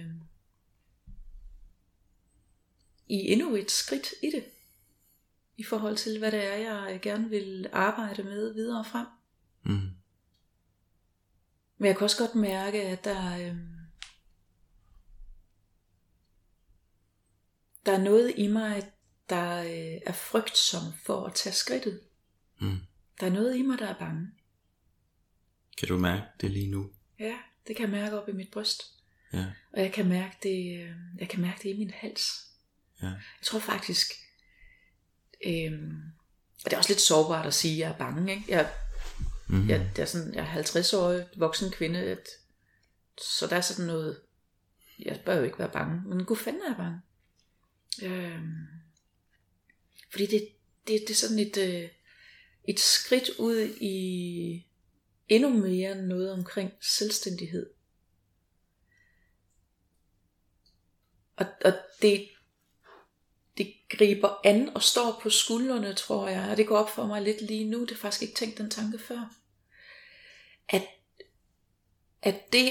endnu et skridt i det, i forhold til hvad det er, jeg gerne vil arbejde med videre frem. Men jeg kan også godt mærke, at der er noget i mig, der er frygtsom for at tage skridtet. Der er noget i mig, der er bange. Kan du mærke det lige nu? Ja, det kan jeg mærke op i mit bryst. Ja. Og jeg kan mærke det i min hals. Ja. Jeg tror faktisk, og det er også lidt sårbart at sige, at jeg er bange, ikke? Jeg er 50-årig voksen kvinde, så der er sådan noget, jeg bør jo ikke være bange, men gud fanden er jeg bange. Fordi det er sådan et skridt ud i endnu mere noget omkring selvstændighed. Og det griber an og står på skuldrene, tror jeg, og det går op for mig lidt lige nu. Det har faktisk ikke tænkt den tanke før. At det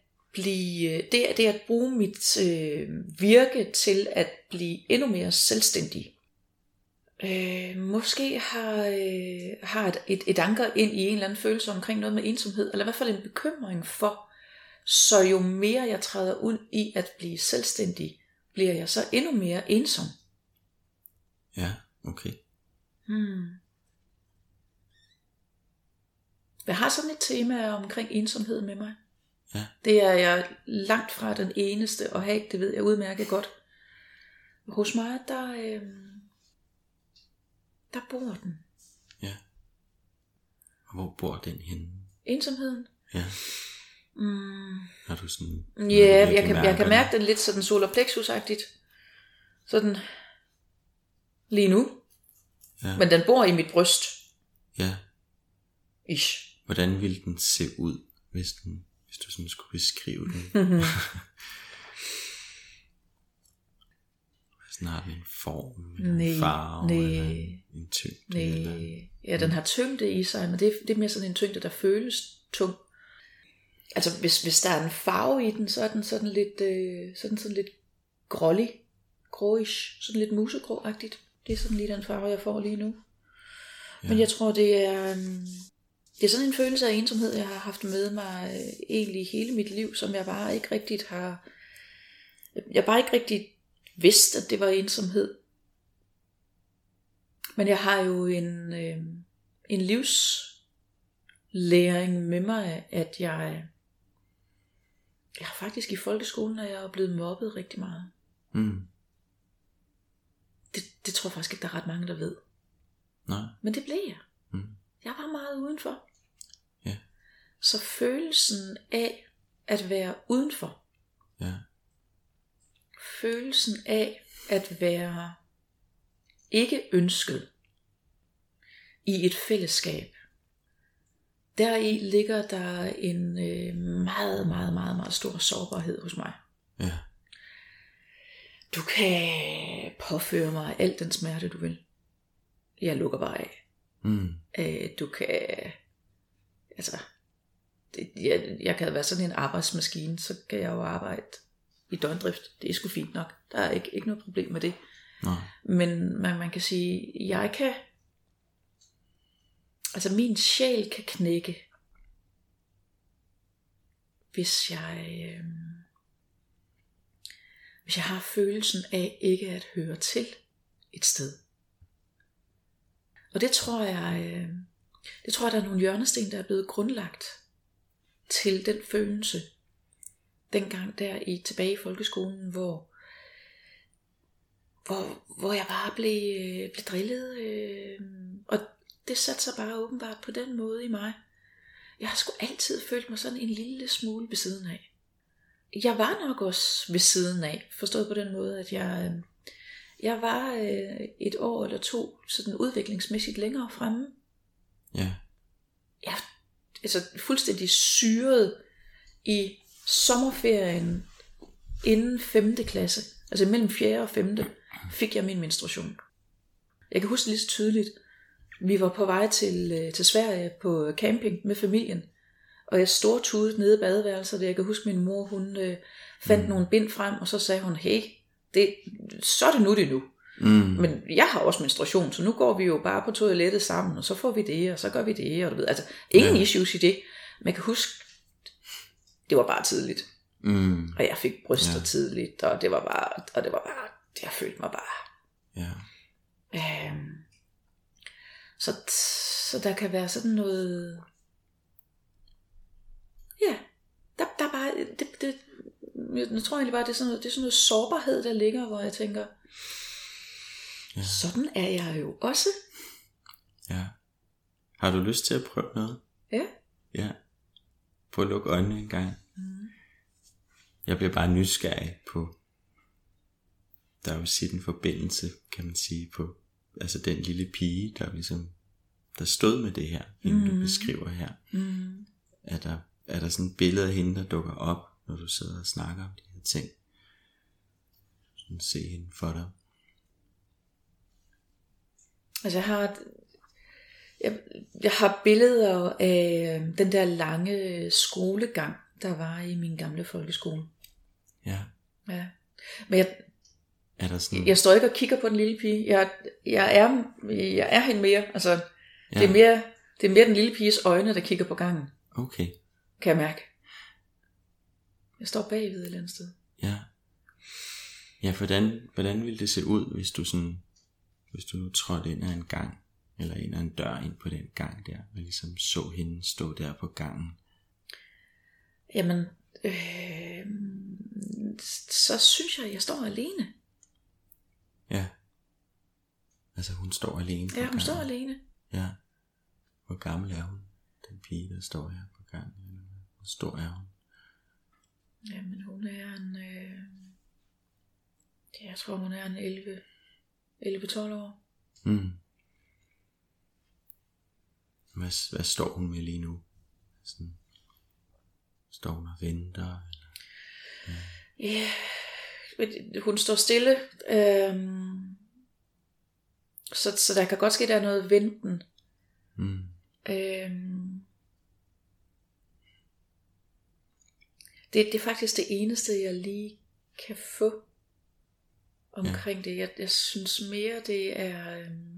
at bruge mit virke til at blive endnu mere selvstændig, måske har et anker ind i en eller anden følelse omkring noget med ensomhed, eller i hvert fald en bekymring for, så jo mere jeg træder ud i at blive selvstændig, bliver jeg så endnu mere ensom. Ja, okay. Jeg har sådan et tema omkring ensomhed med mig. Ja. Det er jeg langt fra den eneste at have, det ved jeg udmærket godt. Hos mig, der bor den. Ja. Og hvor bor den henne? Ensomheden? Ja. Har du sådan... Ja, jeg kan mærke den lidt sådan solar plexus-agtigt. Sådan lige nu. Ja. Men den bor i mit bryst. Ja. Ish. Hvordan ville den se ud, hvis du sådan skulle beskrive den? Sådan har den en form, en farve, eller en tyngde? Eller... Ja, den har tyngde i sig, men det er mere sådan en tyngde, der føles tung. Altså hvis der er en farve i den, så er den sådan lidt grålig, gråish, sådan lidt musegrå-agtigt. Det er sådan lige den farve, jeg får lige nu. Ja. Men jeg tror, det er sådan en følelse af ensomhed, jeg har haft med mig egentlig hele mit liv, som jeg bare ikke rigtig vidste, at det var ensomhed. Men jeg har jo en livslæring med mig, at jeg har faktisk i folkeskolen, at jeg er blevet mobbet rigtig meget. Det tror jeg faktisk ikke, der er ret mange, der ved. Nej. Men det blev jeg. Jeg var meget udenfor. Ja. Så følelsen af at være udenfor. Ja. Følelsen af at være ikke ønsket i et fællesskab. Deri ligger der en meget, meget, meget, meget stor sårbarhed hos mig. Ja. Du kan påføre mig al den smerte, du vil. Jeg lukker bare af. Du kan... Altså... Jeg kan være sådan en arbejdsmaskine, så kan jeg jo arbejde i døgndrift. Det er sgu fint nok. Der er ikke noget problem med det. Nej. Men man kan sige, jeg kan... Altså min sjæl kan knække, hvis jeg har følelsen af ikke at høre til et sted. Og det tror jeg, der er nogle hjørnesten, der er blevet grundlagt til den følelse. Dengang der tilbage i folkeskolen, hvor hvor jeg bare blev drillet, og det satte sig bare åbenbart på den måde i mig. Jeg har sgu altid følt mig sådan en lille smule ved siden af. Jeg var nok også ved siden af, forstået på den måde, at jeg var et år eller to sådan udviklingsmæssigt længere fremme. Ja. Jeg altså fuldstændig syret i sommerferien inden 5. klasse. Altså mellem 4. og 5. fik jeg min menstruation. Jeg kan huske lige så tydeligt. Vi var på vej til Sverige på camping med familien. Og jeg stortudede nede i badeværelset. Jeg kan huske min mor, hun fandt nogle bind frem. Og så sagde hun, hey, så er det nu. Men jeg har også menstruation, så nu går vi jo bare på toilettet sammen. Og så får vi det, og så gør vi det. Og du ved, altså ingen issues i det. Men jeg kan huske, det var bare tidligt. Og jeg fik bryster tidligt. Og det var bare, jeg følte mig bare. Ja. Så der kan være sådan noget. Ja, der bare jeg tror egentlig bare det er sådan noget sårbarhed der ligger, hvor jeg tænker, sådan er jeg jo også. Ja. Har du lyst til at prøve noget? Ja. Ja. Prøv at lukke øjnene en gang. Jeg bliver bare nysgerrig på, der er jo sit en forbindelse, kan man sige, på altså den lille pige, der stod med det her, hende du beskriver her. Er der sådan et billede af hende, der dukker op, når du sidder og snakker om de her ting? Sådan se hende for dig. Altså jeg har billeder af den der lange skolegang, der var i min gamle folkeskole. Ja. Ja. Men er der sådan... jeg står ikke og kigger på den lille pige. Jeg er hende mere. Altså, det er mere den lille piges øjne, der kigger på gangen. Okay. Kan jeg mærke. Jeg står bagved et eller andet sted. Ja. Ja, hvordan ville det se ud, hvis du nu trådte ind ad en gang, eller ind ad en dør ind på den gang der, og ligesom så hende stå der på gangen? Jamen, så synes jeg står alene. Ja. Altså hun står alene på gangen. Ja, hun står alene. Ja. Hvor gammel er hun, den pige, der står her på gangen? Hvor stor er hun? Jamen hun er jeg tror hun er en 11-12 år. Hvad står hun med lige nu? Sådan, står hun og venter? Eller? Ja, hun står stille. Så der kan godt ske, der er noget venten. Det er faktisk det eneste, jeg lige kan få omkring det. Jeg synes mere, det er...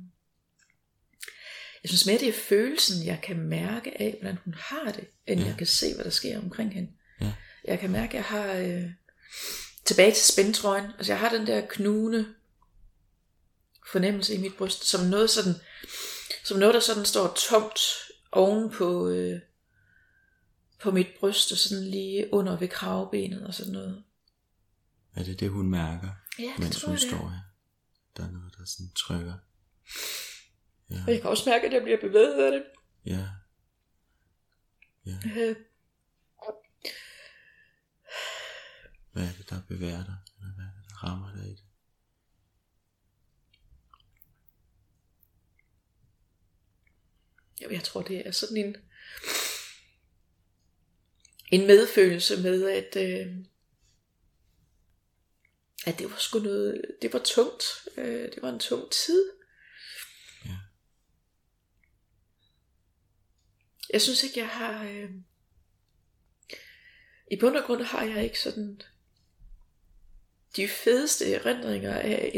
Jeg synes mere, det er følelsen, jeg kan mærke af, hvordan hun har det, end jeg kan se, hvad der sker omkring hende. Ja. Jeg kan mærke, at jeg har... tilbage til spændetrøjen. Altså, jeg har den der knugende fornemmelse i mit bryst, som noget, der sådan står tomt oven på mit bryst, og sådan lige under ved kravebenet og sådan noget. Er det hun mærker, mens hun det. står her? Der er noget, der sådan trykker. Ja. Og jeg kan også mærke, at jeg bliver bevæget af det. Ja. Hvad er det, der bevæger dig? Eller hvad er det, der rammer dig i det? Jeg tror, det er sådan en medfølelse med, at det var sgu noget, det var tungt. Det var en tung tid. Ja. Jeg synes ikke, jeg har... I bund og grund har jeg ikke sådan de fedeste erindringer af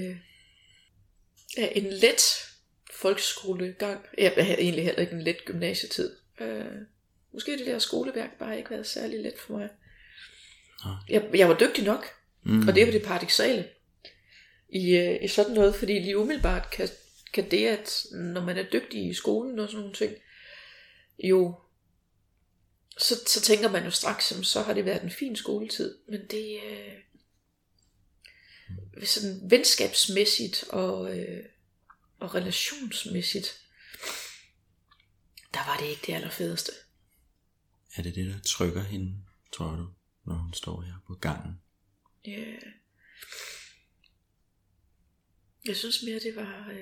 en let folkeskolegang. Jeg havde egentlig heller ikke en let gymnasietid. Måske det der skoleværk bare ikke været særlig let for mig. Jeg var dygtig nok, og det er jo det paradoksale i sådan noget, fordi lige umiddelbart kan det, at når man er dygtig i skolen og sådan nogle ting, jo så tænker man jo straks, så har det været en fin skoletid, men det sådan venskabsmæssigt og relationsmæssigt, der var det ikke det allerfedeste. Er det det, der trykker hende, tror du, når hun står her på gangen? Ja. Jeg synes mere, det var...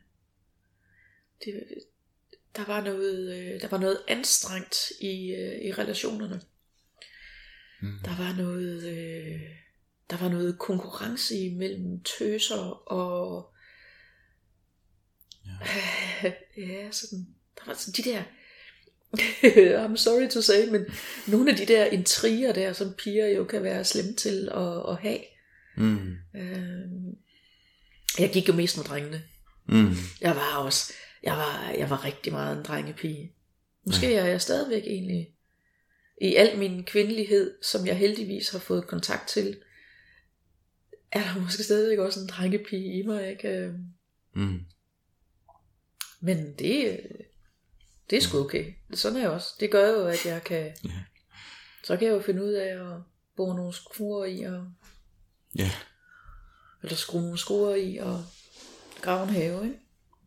der var noget anstrengt i relationerne. Der var noget konkurrence imellem tøser og ja, sådan, der var sådan de der I'm sorry to say, men nogle af de der intriger der, som piger jo kan være slemme til at have. Jeg gik jo mest med drengene. Jeg var rigtig meget en drengepige. Måske er jeg stadigvæk egentlig i al min kvindelighed, som jeg heldigvis har fået kontakt til, er der måske stadigvæk også en drengepige i mig, ikke? Men det er sgu okay. Sådan er jeg også. Det gør jo, at jeg kan så kan jeg jo finde ud af at bore nogle skruer i og eller skrue nogle skruer i og grave en have, ikke?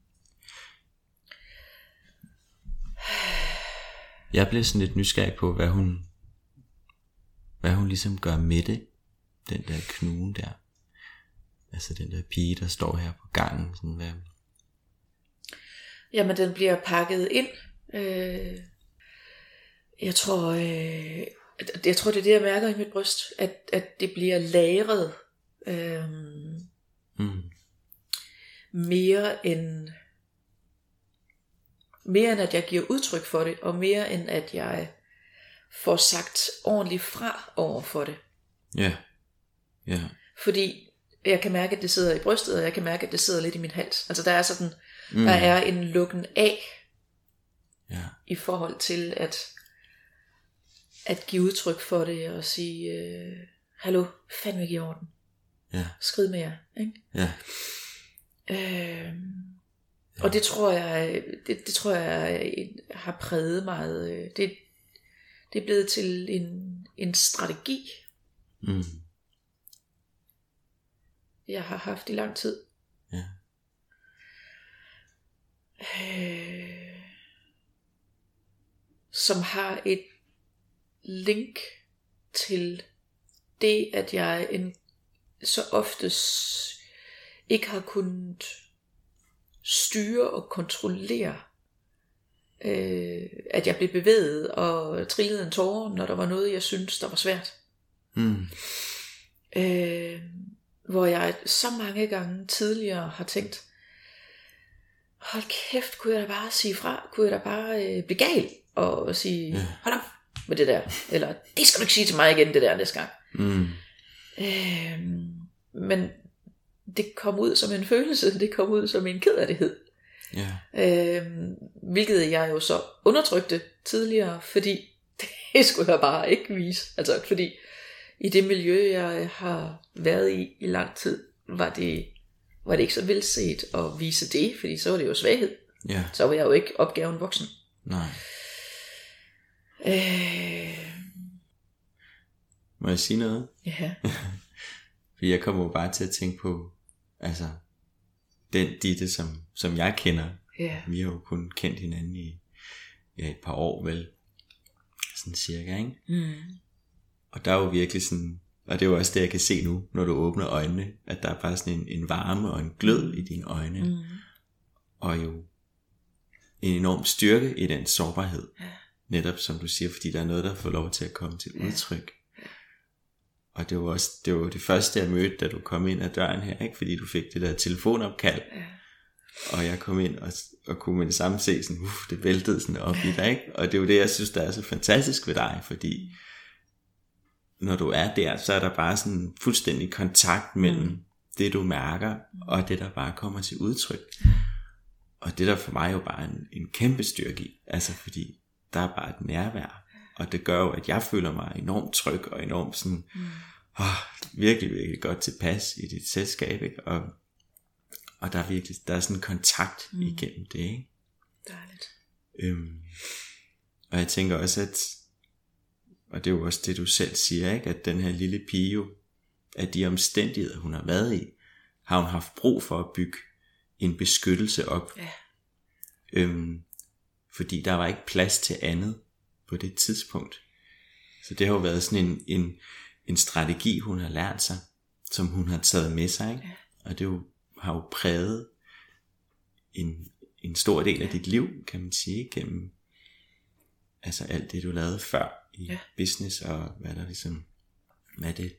Jeg blev sådan lidt nysgerrig på, hvad hun ligesom gør med det. Den der knugen der. Altså den der pige, der står her på gangen. Sådan hvad... Jamen den bliver pakket ind. Jeg tror det er det, jeg mærker i mit bryst, at det bliver lagret mere end at jeg giver udtryk for det, og mere end at jeg får sagt ordentligt fra over for det. Ja. Fordi jeg kan mærke, at det sidder i brystet, og jeg kan mærke, at det sidder lidt i min hals. Altså der er sådan, der er en lukken af i forhold til at give udtryk for det og sige, hallo, fandme ikke i orden. Skrid med jer, ikke? Og det tror jeg har præget meget. Det er blevet til en strategi. Jeg har haft i lang tid. Som har et link til det, at jeg så ofte ikke har kunnet styre og kontrollere, at jeg blev bevæget og trillede en tåre, når der var noget, jeg syntes, der var svært. Hvor jeg så mange gange tidligere har tænkt, hold kæft, kunne jeg da bare sige fra, kunne jeg da bare blive gal og sige, hold op med det der, eller det skal du ikke sige til mig igen, det der næste gang. Men det kom ud som en følelse, det kom ud som en kederlighed. Hvilket jeg jo så undertrykte tidligere, fordi det skulle jeg bare ikke vise. Altså fordi i det miljø, jeg har været i lang tid, var det ikke så velset at vise det, fordi så var det jo svaghed. Så var jeg jo ikke opgaven voksen. Nej. Må jeg sige noget? Ja. Fordi jeg kommer jo bare til at tænke på, altså den Ditte, som jeg kender. Vi har jo kun kendt hinanden i et par år, vel, sådan cirka, ikke? Og der er jo virkelig sådan, og det er jo også det, jeg kan se nu, når du åbner øjnene, at der er bare sådan en varme og en glød i dine øjne, og jo en enorm styrke i den sårbarhed, netop som du siger, fordi der er noget, der får lov til at komme til udtryk. Og det var det første, jeg mødte, da du kom ind ad døren her, ikke? Fordi du fik det der telefonopkald, og jeg kom ind og kunne med det samme se sådan, det væltede sådan op i dig, ikke? Og det er jo det, jeg synes, der er så fantastisk ved dig, fordi når du er der, så er der bare sådan fuldstændig kontakt mellem det, du mærker, og det, der bare kommer til udtryk. Og det der for mig jo bare en kæmpe styrke i, altså fordi der er bare et nærvær, og det gør jo, at jeg føler mig enormt tryg, og enormt sådan, virkelig, virkelig godt tilpas i dit selskab, ikke? Og der er sådan en kontakt igennem det, ikke? Dejligt. Og jeg tænker også, at, og det er jo også det, du selv siger, ikke? At den her lille pige jo af de omstændigheder, hun har været i, har hun haft brug for at bygge en beskyttelse op. Ja. Fordi der var ikke plads til andet på det tidspunkt. Så det har jo været sådan en strategi, hun har lært sig, som hun har taget med sig, ikke? Ja. Og det jo, har jo præget en stor del af dit liv, kan man sige, gennem altså alt det, du lavede før i business, og hvad der ligesom, hvad det,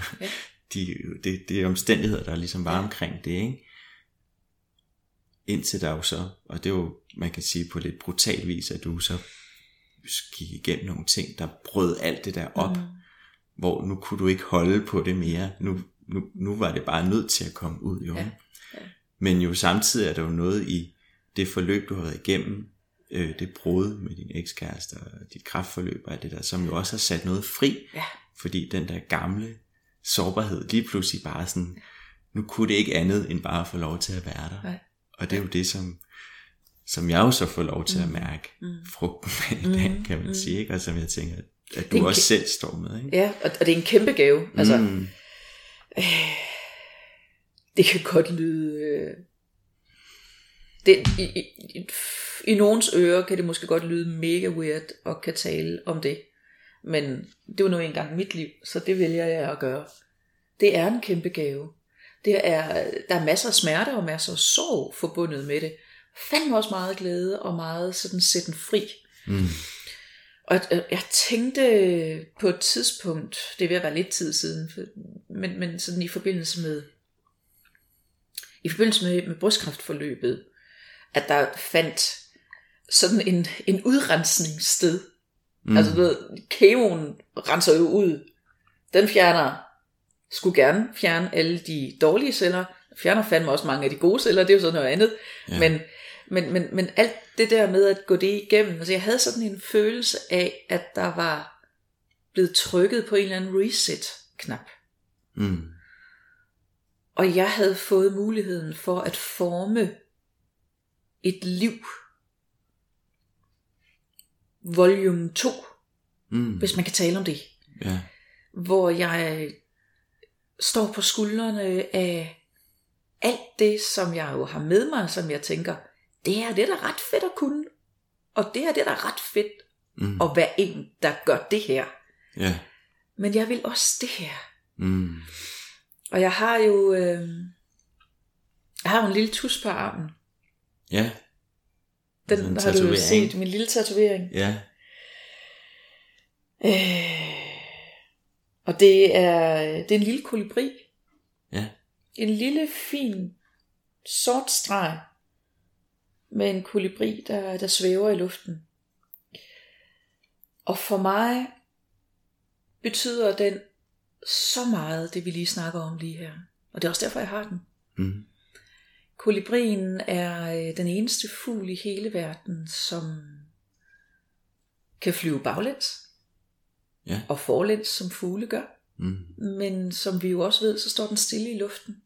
de omstændigheder, der ligesom var omkring det, ikke? Indtil der jo så, og det er jo, man kan sige på lidt brutal vis, at du så gik igennem nogle ting, der brød alt det der op, hvor nu kunne du ikke holde på det mere, nu var det bare nødt til at komme ud, jo. Ja. Ja. Men jo samtidig er der jo noget i det forløb, du har været igennem, det brud med din ekskæreste og dit kræftforløb og det der, som jo også har sat noget fri, fordi den der gamle sårbarhed lige pludselig bare sådan, nu kunne det ikke andet end bare at få lov til at være der. Nej. Og det er jo det, som jeg jo så får lov til at mærke frugten af i dag, kan man sige, ikke? Og som jeg tænker, at du også selv står med, ikke? Ja, og det er en kæmpe gave. Altså, det kan godt lyde... I nogens ører kan det måske godt lyde mega weird at kan tale om det. Men det er jo nu engang mit liv, så det vælger jeg at gøre. Det er en kæmpe gave. Der er masser af smerte og masser af sorg forbundet med det. Fandme også meget glæde og meget sådan sætten fri. Og jeg tænkte på et tidspunkt, det er ved at være lidt tid siden, men sådan i forbindelse med brystkræftforløbet, at der fandt sådan en udrensningssted. Altså du ved, kemoen renser jo ud. Den skulle gerne fjerne alle de dårlige celler, fjerner fandme også mange af de gode celler, det er jo sådan noget andet. Ja. Men alt det der med at gå det igennem, altså jeg havde sådan en følelse af, at der var blevet trykket på en eller anden reset-knap. Og jeg havde fået muligheden for at forme et liv. Volume 2, hvis man kan tale om det. Ja. Hvor jeg står på skuldrene af alt det, som jeg jo har med mig, som jeg tænker, det er det, der er ret fedt at kunne. Og det er det, der er ret fedt at være en, der gør det her. Ja. Men jeg vil også det her. Og jeg har jo en lille tus på armen. Ja. Den har du jo set, min lille tatovering. Ja. Og det er en lille kolibri. Ja. En lille fin sort streg med en kolibri, der svæver i luften. Og for mig betyder den så meget, det vi lige snakker om lige her. Og det er også derfor, jeg har den. Kolibrien er den eneste fugl i hele verden, som kan flyve baglæns. Ja. Og forlæns, som fugle gør. Men som vi jo også ved, så står den stille i luften.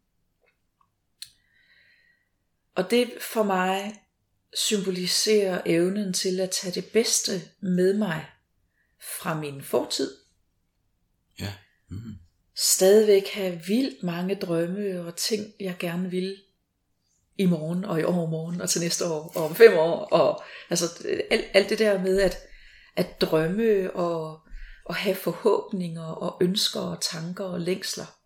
Og det for mig symboliserer evnen til at tage det bedste med mig fra min fortid. Ja. Stadigvæk have vildt mange drømme og ting, jeg gerne vil i morgen og i overmorgen og til næste år og om 5 år. Og altså alt det der med at drømme og have forhåbninger og ønsker og tanker og længsler.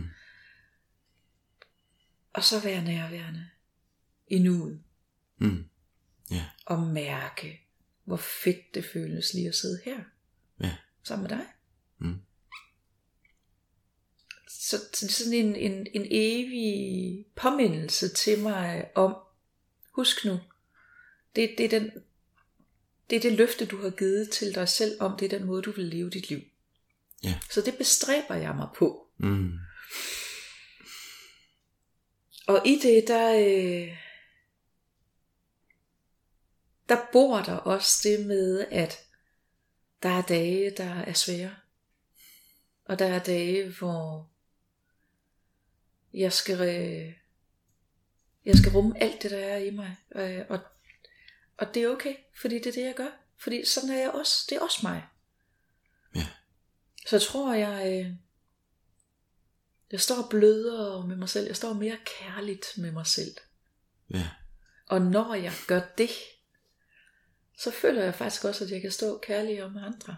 Og så være nærværende i nuet. Ja. Og mærke, hvor fedt det føles lige at sidde her. Ja. Sammen med dig. Så det er sådan en evig påmindelse til mig om, husk nu, det er det løfte, du har givet til dig selv om, det er den måde, du vil leve dit liv. Ja. Så det bestræber jeg mig på. Og i det, der bor der også det med, at der er dage, der er svære. Og der er dage, hvor jeg skal rumme alt det, der er i mig. Og det er okay, fordi det er det, jeg gør. Fordi sådan er jeg også. Det er også mig. Ja. Så tror jeg, Jeg står blødere med mig selv. Jeg står mere kærligt med mig selv. Ja. Og når jeg gør det, så føler jeg faktisk også, at jeg kan stå kærligere med andre.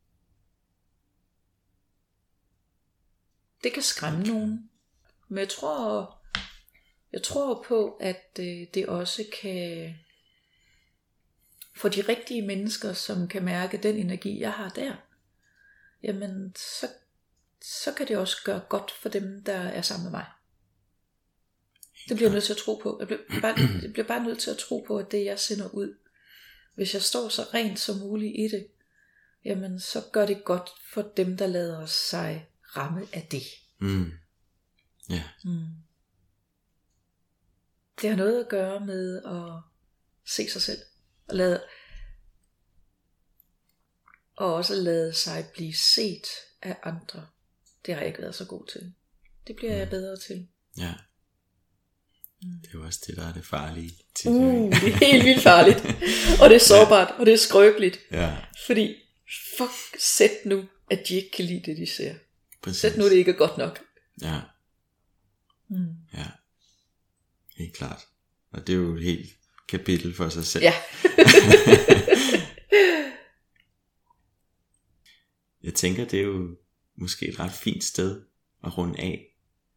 Det kan skræmme nogen. Men jeg tror på, at det også kan, for de rigtige mennesker, som kan mærke den energi, jeg har der, jamen så kan det også gøre godt for dem, der er sammen med mig. Det bliver jeg nødt til at tro på. Jeg bliver bare nødt til at tro på, at det jeg sender ud, hvis jeg står så rent som muligt i det, jamen så gør det godt for dem, der lader sig ramme af det. Ja. Det har noget at gøre med at se sig selv og også lade sig blive set af andre. Det har jeg ikke været så god til. Det bliver jeg bedre til. Ja. Det er jo også det, der er det farlige. Det er helt vildt farligt. Og det er sårbart, og det er skrøbeligt. Ja. Fordi, sæt nu, at de ikke kan lide det, de ser. Præcis. Sæt nu, det ikke er godt nok. Ja. Ja. Helt klart. Og det er jo et helt kapitel for sig selv. Ja. Jeg tænker, det er jo måske et ret fint sted at runde af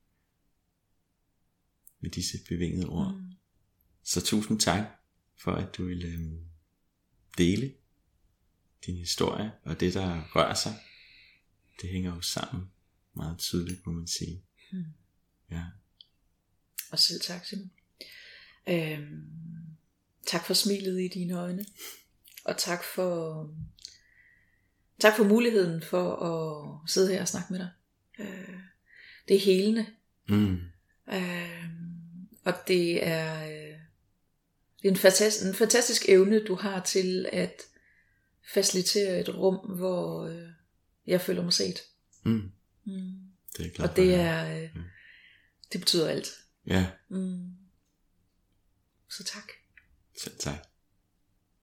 med disse bevingede ord. Så tusind tak for, at du ville dele din historie, og det der rører sig, det hænger jo sammen meget tydeligt, må man sige. Ja. Og selv tak, Simon. Tak for smilet i dine øjne, og tak for muligheden for at sidde her og snakke med dig. Det er helende. Og det er en fantastisk evne, du har til at facilitere et rum, hvor jeg føler mig set. Det er klart. Og det betyder alt. Ja. Så tak. Selv tak.